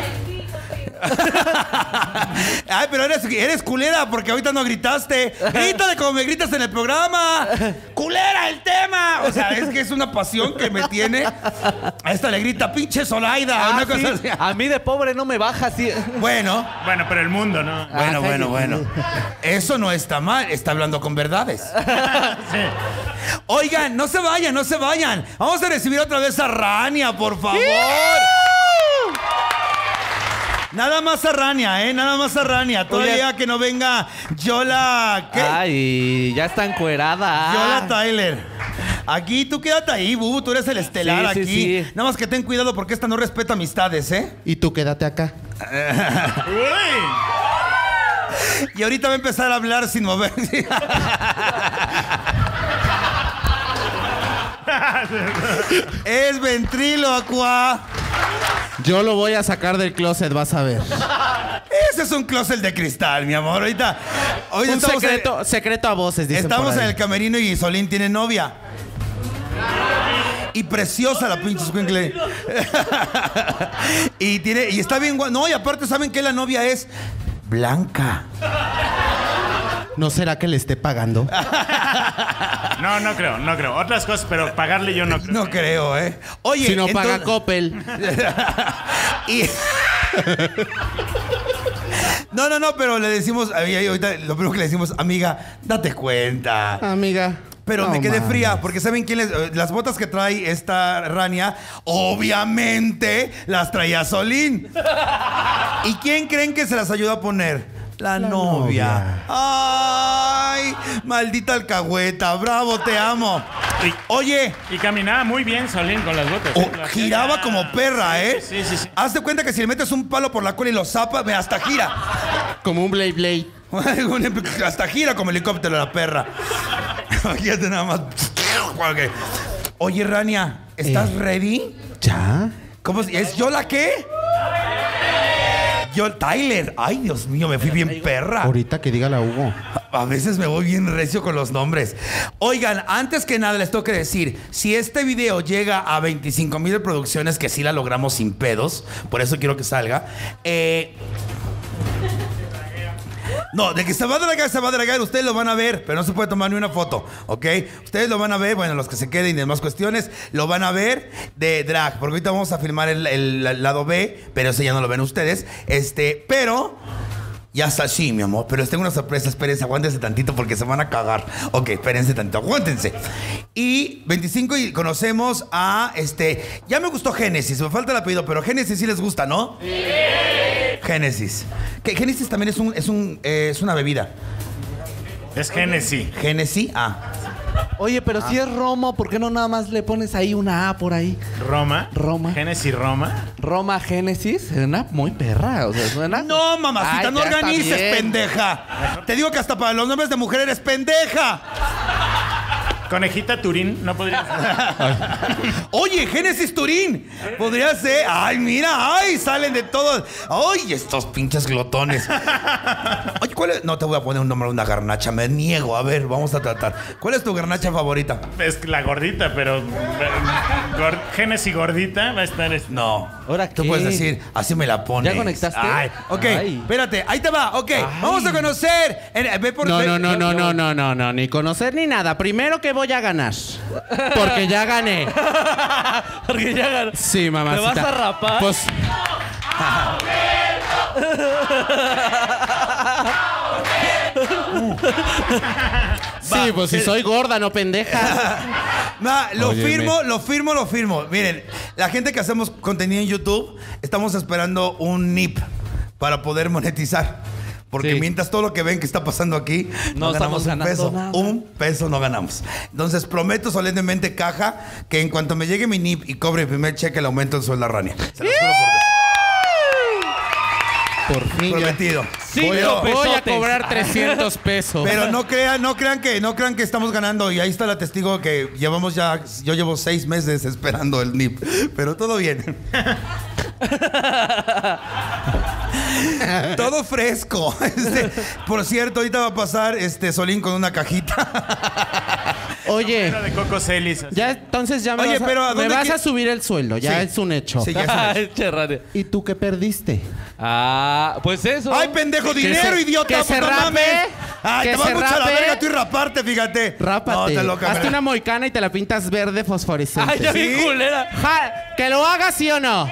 Ay, pero eres culera porque ahorita no gritaste. Grítale como me gritas en el programa. ¡Culera el tema! O sea, es que es una pasión que me tiene. A esta le grita, pinche Zolaida. Ah, una sí. cosa así. A mí de pobre no me baja así. Bueno, Bueno, pero el mundo, ¿no? bueno. Eso no está mal. Está hablando con verdades. Sí. Oigan, no se vayan. Vamos a recibir otra vez a Rania, por favor. Nada más a Rania, nada más a Rania. Todavía que no venga Yola. ¿Qué? Ay, ya está encuerada. Yola Tyler. Aquí, tú quédate ahí, Bubu. Tú eres el estelar Sí, aquí. sí. Nada más que ten cuidado porque esta no respeta amistades, ¿eh? Y tú quédate acá. Uy. Y ahorita va a empezar a hablar sin moverse. Es ventrílocua. Yo lo voy a sacar del closet, vas a ver. Ese es un closet de cristal, mi amor. Ahorita Un estamos secreto a voces, dicen estamos por en ahí. el camerino y Solín tiene novia. Y preciosa la pinche escuincle. y está bien guapa. No, y aparte, ¿saben qué? La novia es blanca. ¿No será que le esté pagando? No creo. Otras cosas, pero pagarle yo no creo. No creo, ¿eh? Oye, Si no paga entonces- Coppel. y... No, pero le decimos, ahorita lo primero que le decimos, amiga, date cuenta. Amiga. Pero no me quedé mames. fría, porque ¿saben quién las botas que trae esta Rania? Obviamente las traía Solín. ¿Y quién creen que se las ayudó a poner? La novia. ¡Ay! Maldita alcahueta. Bravo, te amo. Oye, Y caminaba muy bien Solín con las botas. Lo hacía giraba ya. como perra, ¿eh? Sí. Hazte cuenta que si le metes un palo por la cola y lo zapas, hasta gira. Como un Blade Blade. Hasta gira como helicóptero la perra. Fíjate nada más. Ok. Oye, Rania, ¿estás ready? ¿Ya? ¿Cómo es? ¿Yola qué? Yo, Tyler. Ay, Dios mío, me fui bien perra. Ahorita que diga la Hugo. A veces me voy bien recio con los nombres. Oigan, antes que nada les tengo que decir, si este video llega a 25,000 reproducciones, que sí la logramos sin pedos, por eso quiero que salga, No, de que se va a dragar, se va a dragar. Ustedes lo van a ver, pero no se puede tomar ni una foto, ¿ok? Ustedes lo van a ver, bueno, los que se queden y demás cuestiones, lo van a ver de drag. Porque ahorita vamos a filmar el lado B, pero ese ya no lo ven ustedes. Pero... ya está, sí, mi amor, pero les tengo una sorpresa. Espérense, aguántense tantito porque se van a cagar. Ok, espérense tantito, aguántense. Y 25 y conocemos a ya me gustó Génesis, me falta el apellido, pero Génesis sí les gusta, ¿no? Sí. Génesis. Que Génesis también es una bebida. Es Génesis. Génesis, Oye, pero si es Roma, ¿por qué no nada más le pones ahí una A por ahí? Roma. Génesis Roma. Roma Génesis. Suena muy perra. O sea, suena... No, mamacita, Ay, no ya está organices, bien. pendeja. Te digo que hasta para los nombres de mujer eres pendeja. Conejita Turín, no podría ser. Oye, Génesis Turín. Podría ser. Ay, mira, ay, salen de todos. Ay, estos pinches glotones. Oye, ¿cuál es? No te voy a poner un nombre de una garnacha, me niego. A ver, vamos a tratar. ¿Cuál es tu garnacha favorita? Es la gordita, pero Génesis gordita va a estar... No. ¿Ahora Tú qué? puedes decir, así me la pones. ¿Ya conectaste? Ay, ok, Ay. espérate, ahí te va, ok. Vamos a conocer. Ve por No, ni conocer ni nada. Primero que voy a ganar. Porque ya gané. Porque ya ganó. Sí, mamacita. ¿Te vas a rapar? Pues... sí, pues si soy gorda, no pendeja. Lo Óyeme. firmo. Miren, la gente que hacemos contenido en YouTube, estamos esperando un NIP para poder monetizar. Porque Sí. mientras todo lo que ven que está pasando aquí, No no ganamos estamos un ganando peso. nada. Un peso no ganamos. Entonces prometo solemnemente, caja, que en cuanto me llegue mi NIP y cobre el primer cheque, le aumento el sueldo a Rania. Se los juro Por fin. por prometido. Voy a pesotes. cobrar 300 pesos. Pero no crean que estamos ganando. Y ahí está la testigo que yo llevo 6 meses esperando el NIP. Pero todo bien. Todo fresco. Por cierto, ahorita va a pasar Solín con una cajita. Oye, Era de Coco Celis. así. ya entonces ya me Oye, vas, pero ¿a me dónde vas qui- a subir el sueldo. Ya Sí. es un hecho. Sí, ya es un hecho. Che, Rania. ¿Y tú qué perdiste? Ah, pues eso. ¡Ay, pendejo, dinero, se- idiota! que se ¡No rape, mames! ¡Ay, que te va se mucho a la rape. verga tú y raparte, fíjate! Rápate. No, te loca. Hazte una moicana y te la pintas verde fosforescente. Ay, ya ¿Sí? vi culera. ¿Que lo hagas sí o no?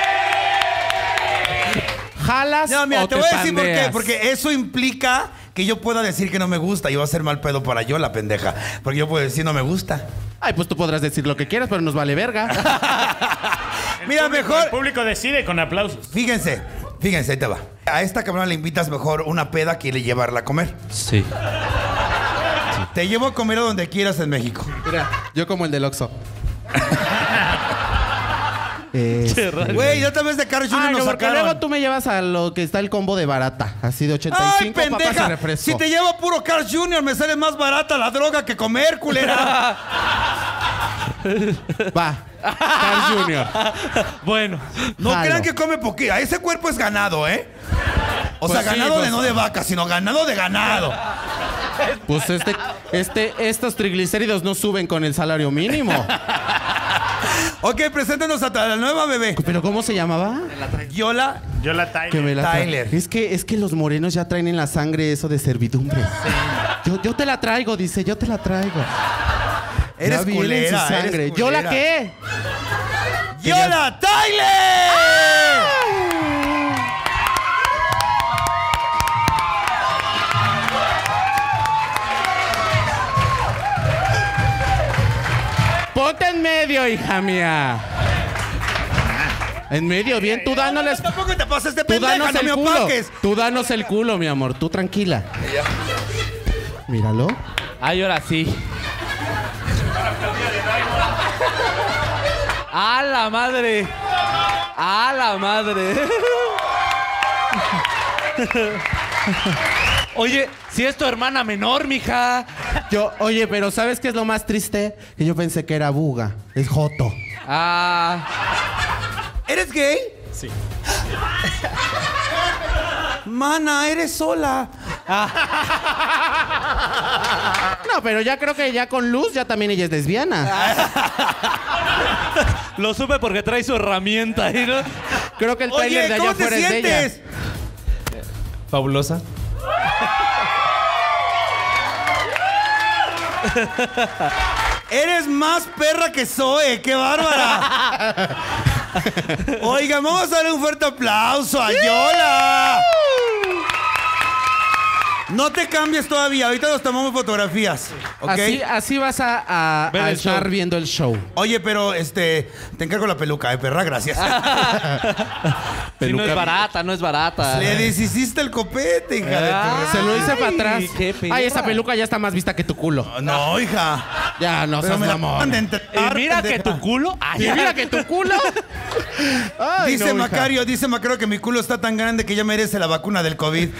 ¿Jalas No, mira, o te voy a decir por qué. pandeas? Porque eso implica que yo pueda decir que no me gusta y va a ser mal pedo para yo, la pendeja. Porque yo puedo decir no me gusta. Ay, pues tú podrás decir lo que quieras, pero nos vale verga. Mira, El mejor... público decide con aplausos. Fíjense, ahí te va. A esta cabrona le invitas mejor una peda que le llevarla a comer. Sí. Te llevo a comer a donde quieras en México. Mira, yo como el del Oxxo. Che, Rania. Güey, otra vez de Carl Jr. Ah, nos no, porque sacaron. luego tú me llevas a lo que está el combo de barata. Así de ¡Ay, 85 papas y pendeja! refresco. Si te llevo puro Carl Jr., me sale más barata la droga que comer, culera. Va. Carl Jr. Bueno. No Jalo. crean que come poquito. Ese cuerpo es ganado, ¿eh? O Pues sea, sí, ganado pues. de no de vaca, sino ganado de ganado. Pues estos triglicéridos no suben con el salario mínimo. Ok, preséntanos a la nueva bebé. ¿Pero cómo se llamaba? Yola. Yo la Tyler. Que me la tra- Tyler. Es que los morenos ya traen en la sangre eso de servidumbre. Yo te la traigo, dice, yo te la traigo. Eres Ya viene en culera, su sangre. eres ¿Yo la culera. qué? ¡Yola Tyler! Ponte en medio, hija mía. En medio, bien, tú dándoles. Tampoco te pases de Tú pendeja, danos no el me culo. opaques. Tú danos el culo, mi amor. Tú tranquila. Míralo. Ay, ahora sí. ¡A la madre! ¡A la madre! Oye, si es tu hermana menor, mija. Oye, pero ¿sabes qué es lo más triste? Que yo pensé que era buga. Es joto. Ah. ¿Eres gay? Sí. Mana, eres sola. No, pero ya creo que ya con luz ya también ella es lesbiana. Lo supe porque trae su herramienta ahí, ¿no? Creo que el trailer Oye, de allá ¿cómo te afuera es de ella. sientes? Fabulosa. Eres más perra que Zoe, qué bárbara. Oigan, vamos a darle un fuerte aplauso a Yola. No te cambies todavía, ahorita nos tomamos fotografías, ¿ok? Así vas a Ver el estar show. viendo el show. Oye, pero te encargo la peluca, perra, gracias. Si no es barata, no es barata. Le deshiciste el copete, hija de tu... Se lo hice para atrás. qué perra. Ay, esa peluca ya está más vista que tu culo. No, hija. Ya, no Pero seas me la mamón. acaban de Y entregar, mira que pendeja. tu culo. Ay, Y mira que tu culo. Ay, Dice no, hija. Macario que mi culo está tan grande que ya merece la vacuna del COVID.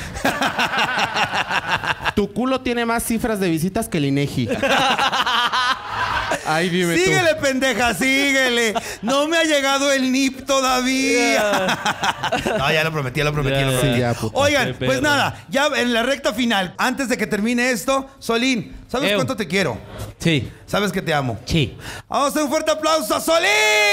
Tu culo tiene más cifras de visitas que el INEGI. Ay, dime tú. Síguele, pendeja, síguele. No me ha llegado el NIP todavía. No, ya lo prometí. Sí, ya, puta. Oigan, Qué pues perro. nada, ya en la recta final, antes de que termine esto, Solín, ¿sabes Ew. cuánto te quiero? Sí. ¿Sabes que te amo? Sí. Vamos a hacer un fuerte aplauso a Solín.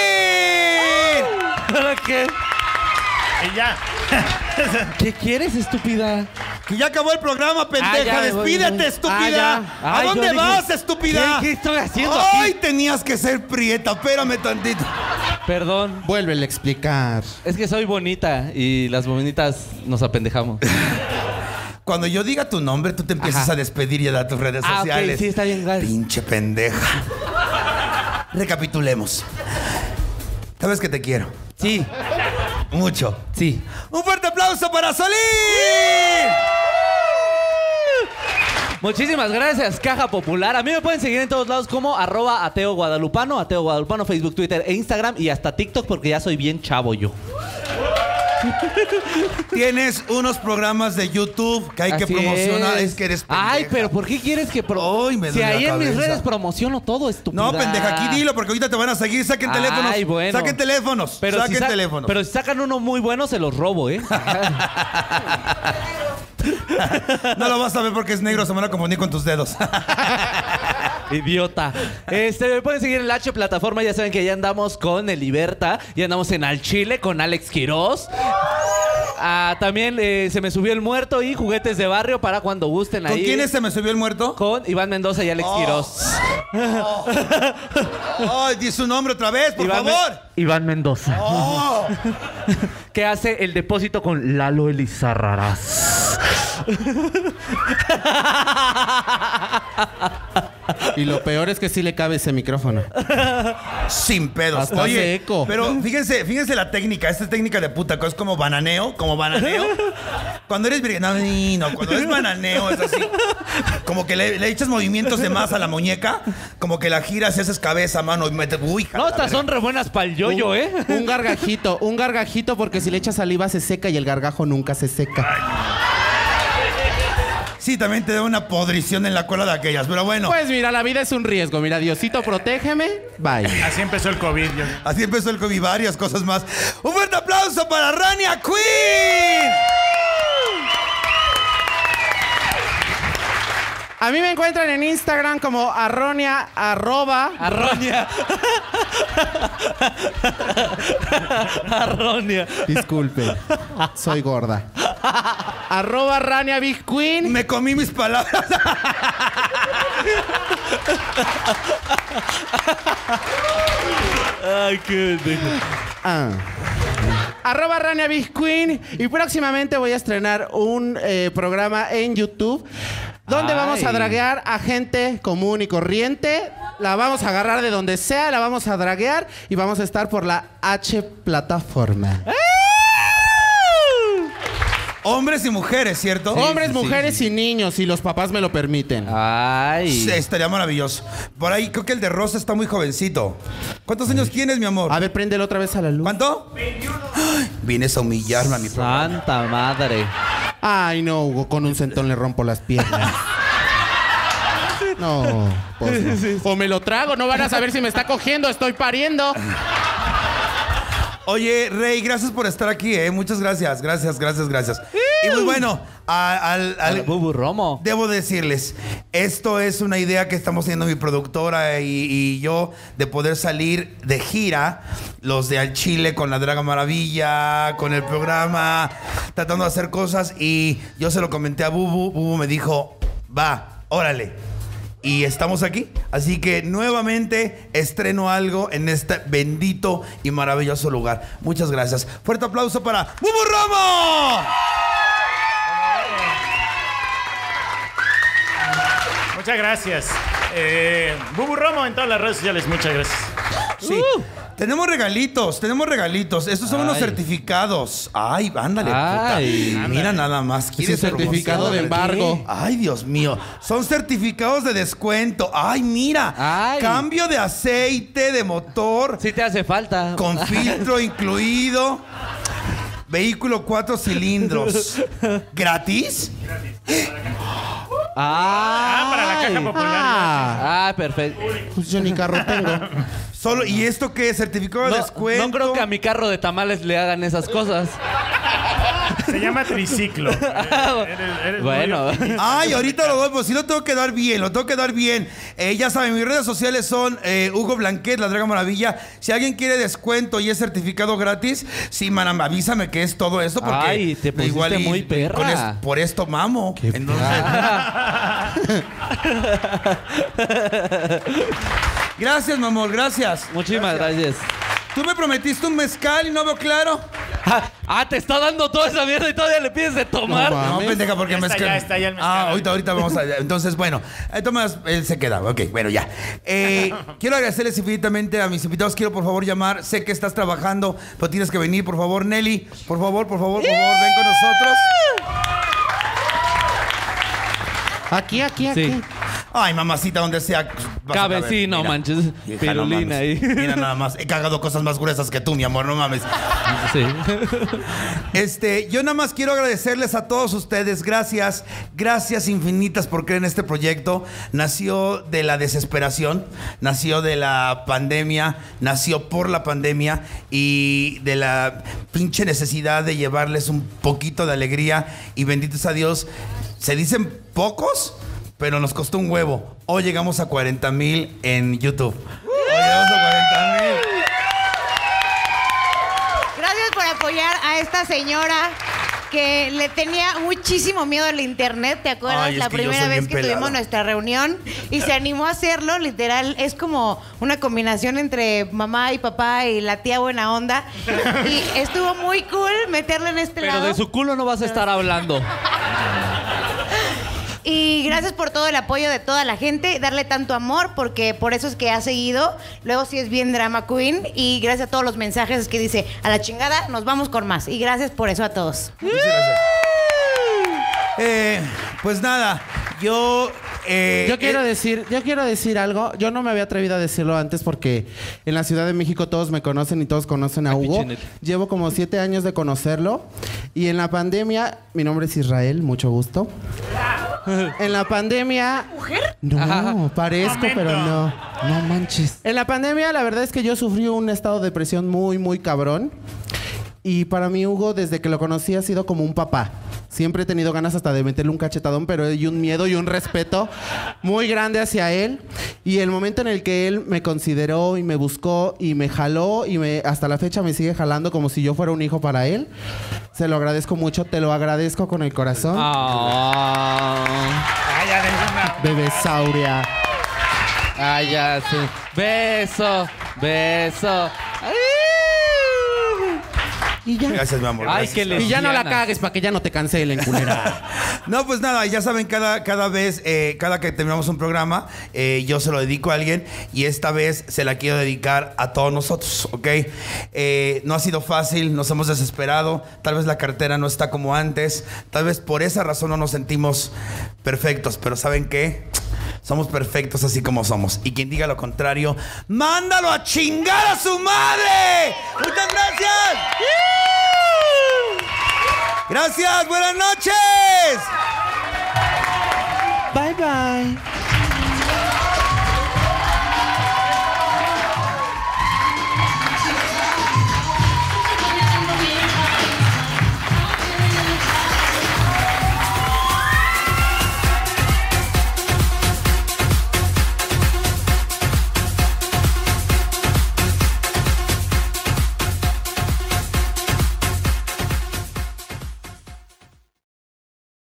¿Para qué? Y ya. ¿Qué quieres, estúpida? Que ya acabó el programa, pendeja. ya, Despídete, voy. estúpida. Ya. ¿A Ay, dónde yo dije, vas, estúpida? ¿Qué estoy haciendo Ay, aquí? tenías que ser prieta. Espérame tantito. Perdón. Vuélvele a explicar. Es que soy bonita y las bonitas nos apendejamos. Cuando yo diga tu nombre, tú te empiezas Ajá. a despedir y a dar tus redes Ah, ok, sociales. sí, está bien, gracias. Pinche pendeja. Recapitulemos. ¿Sabes que te quiero? Sí, Mucho. sí. ¡Un fuerte aplauso para Solín! Muchísimas gracias, Caja Popular. A mí me pueden seguir en todos lados como @AteoGuadalupano, Facebook, Twitter e Instagram y hasta TikTok porque ya soy bien chavo yo. Tienes unos programas de YouTube que hay que Así promocionar. Es que eres pendeja. Ay, pero ¿por qué quieres que Ay, me Si duele la ahí en mis cabeza. redes promociono todo, estúpida. No, pendeja, aquí dilo porque ahorita te van a seguir. Saquen teléfonos. Ay, bueno. Saquen teléfonos. Pero Saquen si teléfonos. Pero si sacan uno muy bueno, se los robo, ¿eh? No lo vas a ver porque es negro. Se me van a confundir con tus dedos. Idiota. Me pueden seguir en la H plataforma. Ya saben que ya andamos con el Liberta. Ya andamos en Al Chile con Alex Quiroz. También se me subió el muerto y juguetes de barrio para cuando gusten ¿Con ahí. quiénes se me subió el muerto? Con Iván Mendoza y Alex Quiroz. Ay, di su nombre otra vez, por favor. Iván Mendoza. Oh. Que hace el depósito con Lalo Elizarrarás. Y lo peor es que sí le cabe ese micrófono. Sin pedos. Hasta Oye, seco. pero fíjense la técnica. Esta técnica de puta, es como bananeo. Cuando eres virgen, no, cuando eres bananeo es así. Como que le echas movimientos de más a la muñeca. Como que la giras y haces cabeza, mano. Y metes, uy, No, estas son re buenas para el yoyo, ¿eh? Un gargajito, porque si le echas saliva se seca y el gargajo nunca se seca. Sí, también te da una podrición en la cola de aquellas. Pero bueno, Pues mira, la vida es un riesgo. Mira, Diosito, protégeme. Bye. Así empezó el COVID. así empezó el COVID y varias cosas más. Un fuerte aplauso para Rania Queen. A mí me encuentran en Instagram como Arronia, Arronia. Arronia. Disculpe, soy gorda. @Rania Big Queen. Me comí mis palabras. Ay, qué pendejo. @Rania Big Queen. Y próximamente voy a estrenar un programa en YouTube donde Ay. vamos a draguear a gente común y corriente. La vamos a agarrar de donde sea, la vamos a draguear y vamos a estar por la H plataforma. Hombres y mujeres, ¿cierto? Hombres, mujeres y niños, si los papás me lo permiten. Ay. Sí, estaría maravilloso. Por ahí creo que el de Rosa está muy jovencito. ¿Cuántos años tienes, mi amor? A ver, préndelo otra vez a la luz. ¿Cuánto? 21. Vienes a humillarme a mi programa. Santa madre. Ay, no, Hugo, con un centón le rompo las piernas. No, pues no. O me lo trago, no van a saber si me está cogiendo, estoy pariendo. Oye, Rey, gracias por estar aquí, ¿eh? Muchas gracias, gracias. Y pues bueno, Al Bubu Romo. debo decirles, esto es una idea que estamos haciendo mi productora y yo de poder salir de gira, los de Al Chile con la Draga Maravilla, con el programa, tratando de hacer cosas y yo se lo comenté a Bubu, Bubu me dijo, va, órale. y estamos aquí. Así que nuevamente estreno algo en este bendito y maravilloso lugar. Muchas gracias. Fuerte aplauso para Bubu Romo. Muchas gracias. Bubu Romo en todas las redes sociales. Muchas gracias. Sí. Tenemos regalitos. Estos son unos certificados. Ay, ándale, puta. Mira nada más. Es un certificado de embargo. Ay, Dios mío. Son certificados de descuento. Ay, mira. Ay. Cambio de aceite de motor. Sí te hace falta. Con filtro incluido. Vehículo 4 cilindros. ¿Gratis? Para la caja popular. Perfecto. Pues yo ni carro tengo. Solo, ¿y esto qué es? ¿Certificado de descuento? No creo que a mi carro de tamales le hagan esas cosas. Se llama triciclo. Eres Bueno. Ay, ahorita lo doy, pues sí lo tengo que dar bien, ya saben, mis redes sociales son Hugo Blanquet, La Draga Maravilla. Si alguien quiere descuento y es certificado gratis, sí, man, avísame que es todo esto, porque Ay, te pusiste igual muy perra. por esto mamo. Entonces... Gracias, mi amor, gracias. Muchísimas gracias. Tú me prometiste un mezcal y no veo claro. Te está dando toda esa mierda y todavía le pides de tomar. No, pendeja, porque Ya está, mezcal. ya está, ya el mezcal. Ahorita vamos a... Entonces, bueno, Tomás, él se queda. Ok, bueno, ya. Quiero agradecerles infinitamente a mis invitados. Quiero, por favor, llamar. Sé que estás trabajando, pero tienes que venir, por favor. Nelly, por favor, ven con nosotros. Aquí. Sí. Ay, mamacita, donde sea. Cabecino, manches. Hija, no Pirulina mames. ahí. Mira nada más. He cagado cosas más gruesas que tú, mi amor, no mames. Sí. Yo nada más quiero agradecerles a todos ustedes. Gracias infinitas por creer en este proyecto. Nació de la desesperación, nació de la pandemia, nació por la pandemia y de la pinche necesidad de llevarles un poquito de alegría. Y benditos a Dios, se dicen pocos, pero nos costó un huevo. Hoy llegamos a 40,000 en YouTube. Hoy llegamos a 40,000. Gracias por apoyar a esta señora que le tenía muchísimo miedo al internet. ¿Te acuerdas? Ay, es la que yo primera soy vez bien que pelado. tuvimos nuestra reunión y se animó a hacerlo. Literal, es como una combinación entre mamá y papá y la tía buena onda. Y estuvo muy cool meterle en este Pero lado. de su culo no vas a estar hablando. Y gracias por todo el apoyo de toda la gente, darle tanto amor, porque por eso es que ha seguido. Luego sí es bien drama queen. Y gracias a todos los mensajes que dice, a la chingada, nos vamos con más. Y gracias por eso a todos. Muchas gracias. Pues nada, yo quiero decir algo. Yo no me había atrevido a decirlo antes porque en la Ciudad de México todos me conocen y todos conocen a Hugo. Pichinete. Llevo como 7 años de conocerlo. Y en la pandemia, mi nombre es Israel, mucho gusto. En la pandemia... ¿Mujer? No, parezco, pero no. No manches. En la pandemia, la verdad es que yo sufrí un estado de depresión muy, muy cabrón. Y para mí, Hugo, desde que lo conocí, ha sido como un papá. Siempre he tenido ganas hasta de meterle un cachetadón, pero hay un miedo y un respeto muy grande hacia él. Y el momento en el que él me consideró y me buscó y me jaló y hasta la fecha me sigue jalando como si yo fuera un hijo para él, se lo agradezco mucho, te lo agradezco con el corazón. Bebesauria. Ay, ya sí. Beso. Ay. Y ya. Gracias, mi amor. Ay, gracias. qué Y ya no la lesbiana. cagues para que ya no te cancelen, culera. No, pues nada, ya saben, cada vez, cada que terminamos un programa, yo se lo dedico a alguien y esta vez se la quiero dedicar a todos nosotros, ¿ok? No ha sido fácil, nos hemos desesperado, tal vez la cartera no está como antes, tal vez por esa razón no nos sentimos perfectos, pero ¿saben qué? Somos perfectos así como somos. Y quien diga lo contrario, ¡mándalo a chingar a su madre! ¡Muchas gracias! ¡Gracias! ¡Buenas noches! Bye, bye.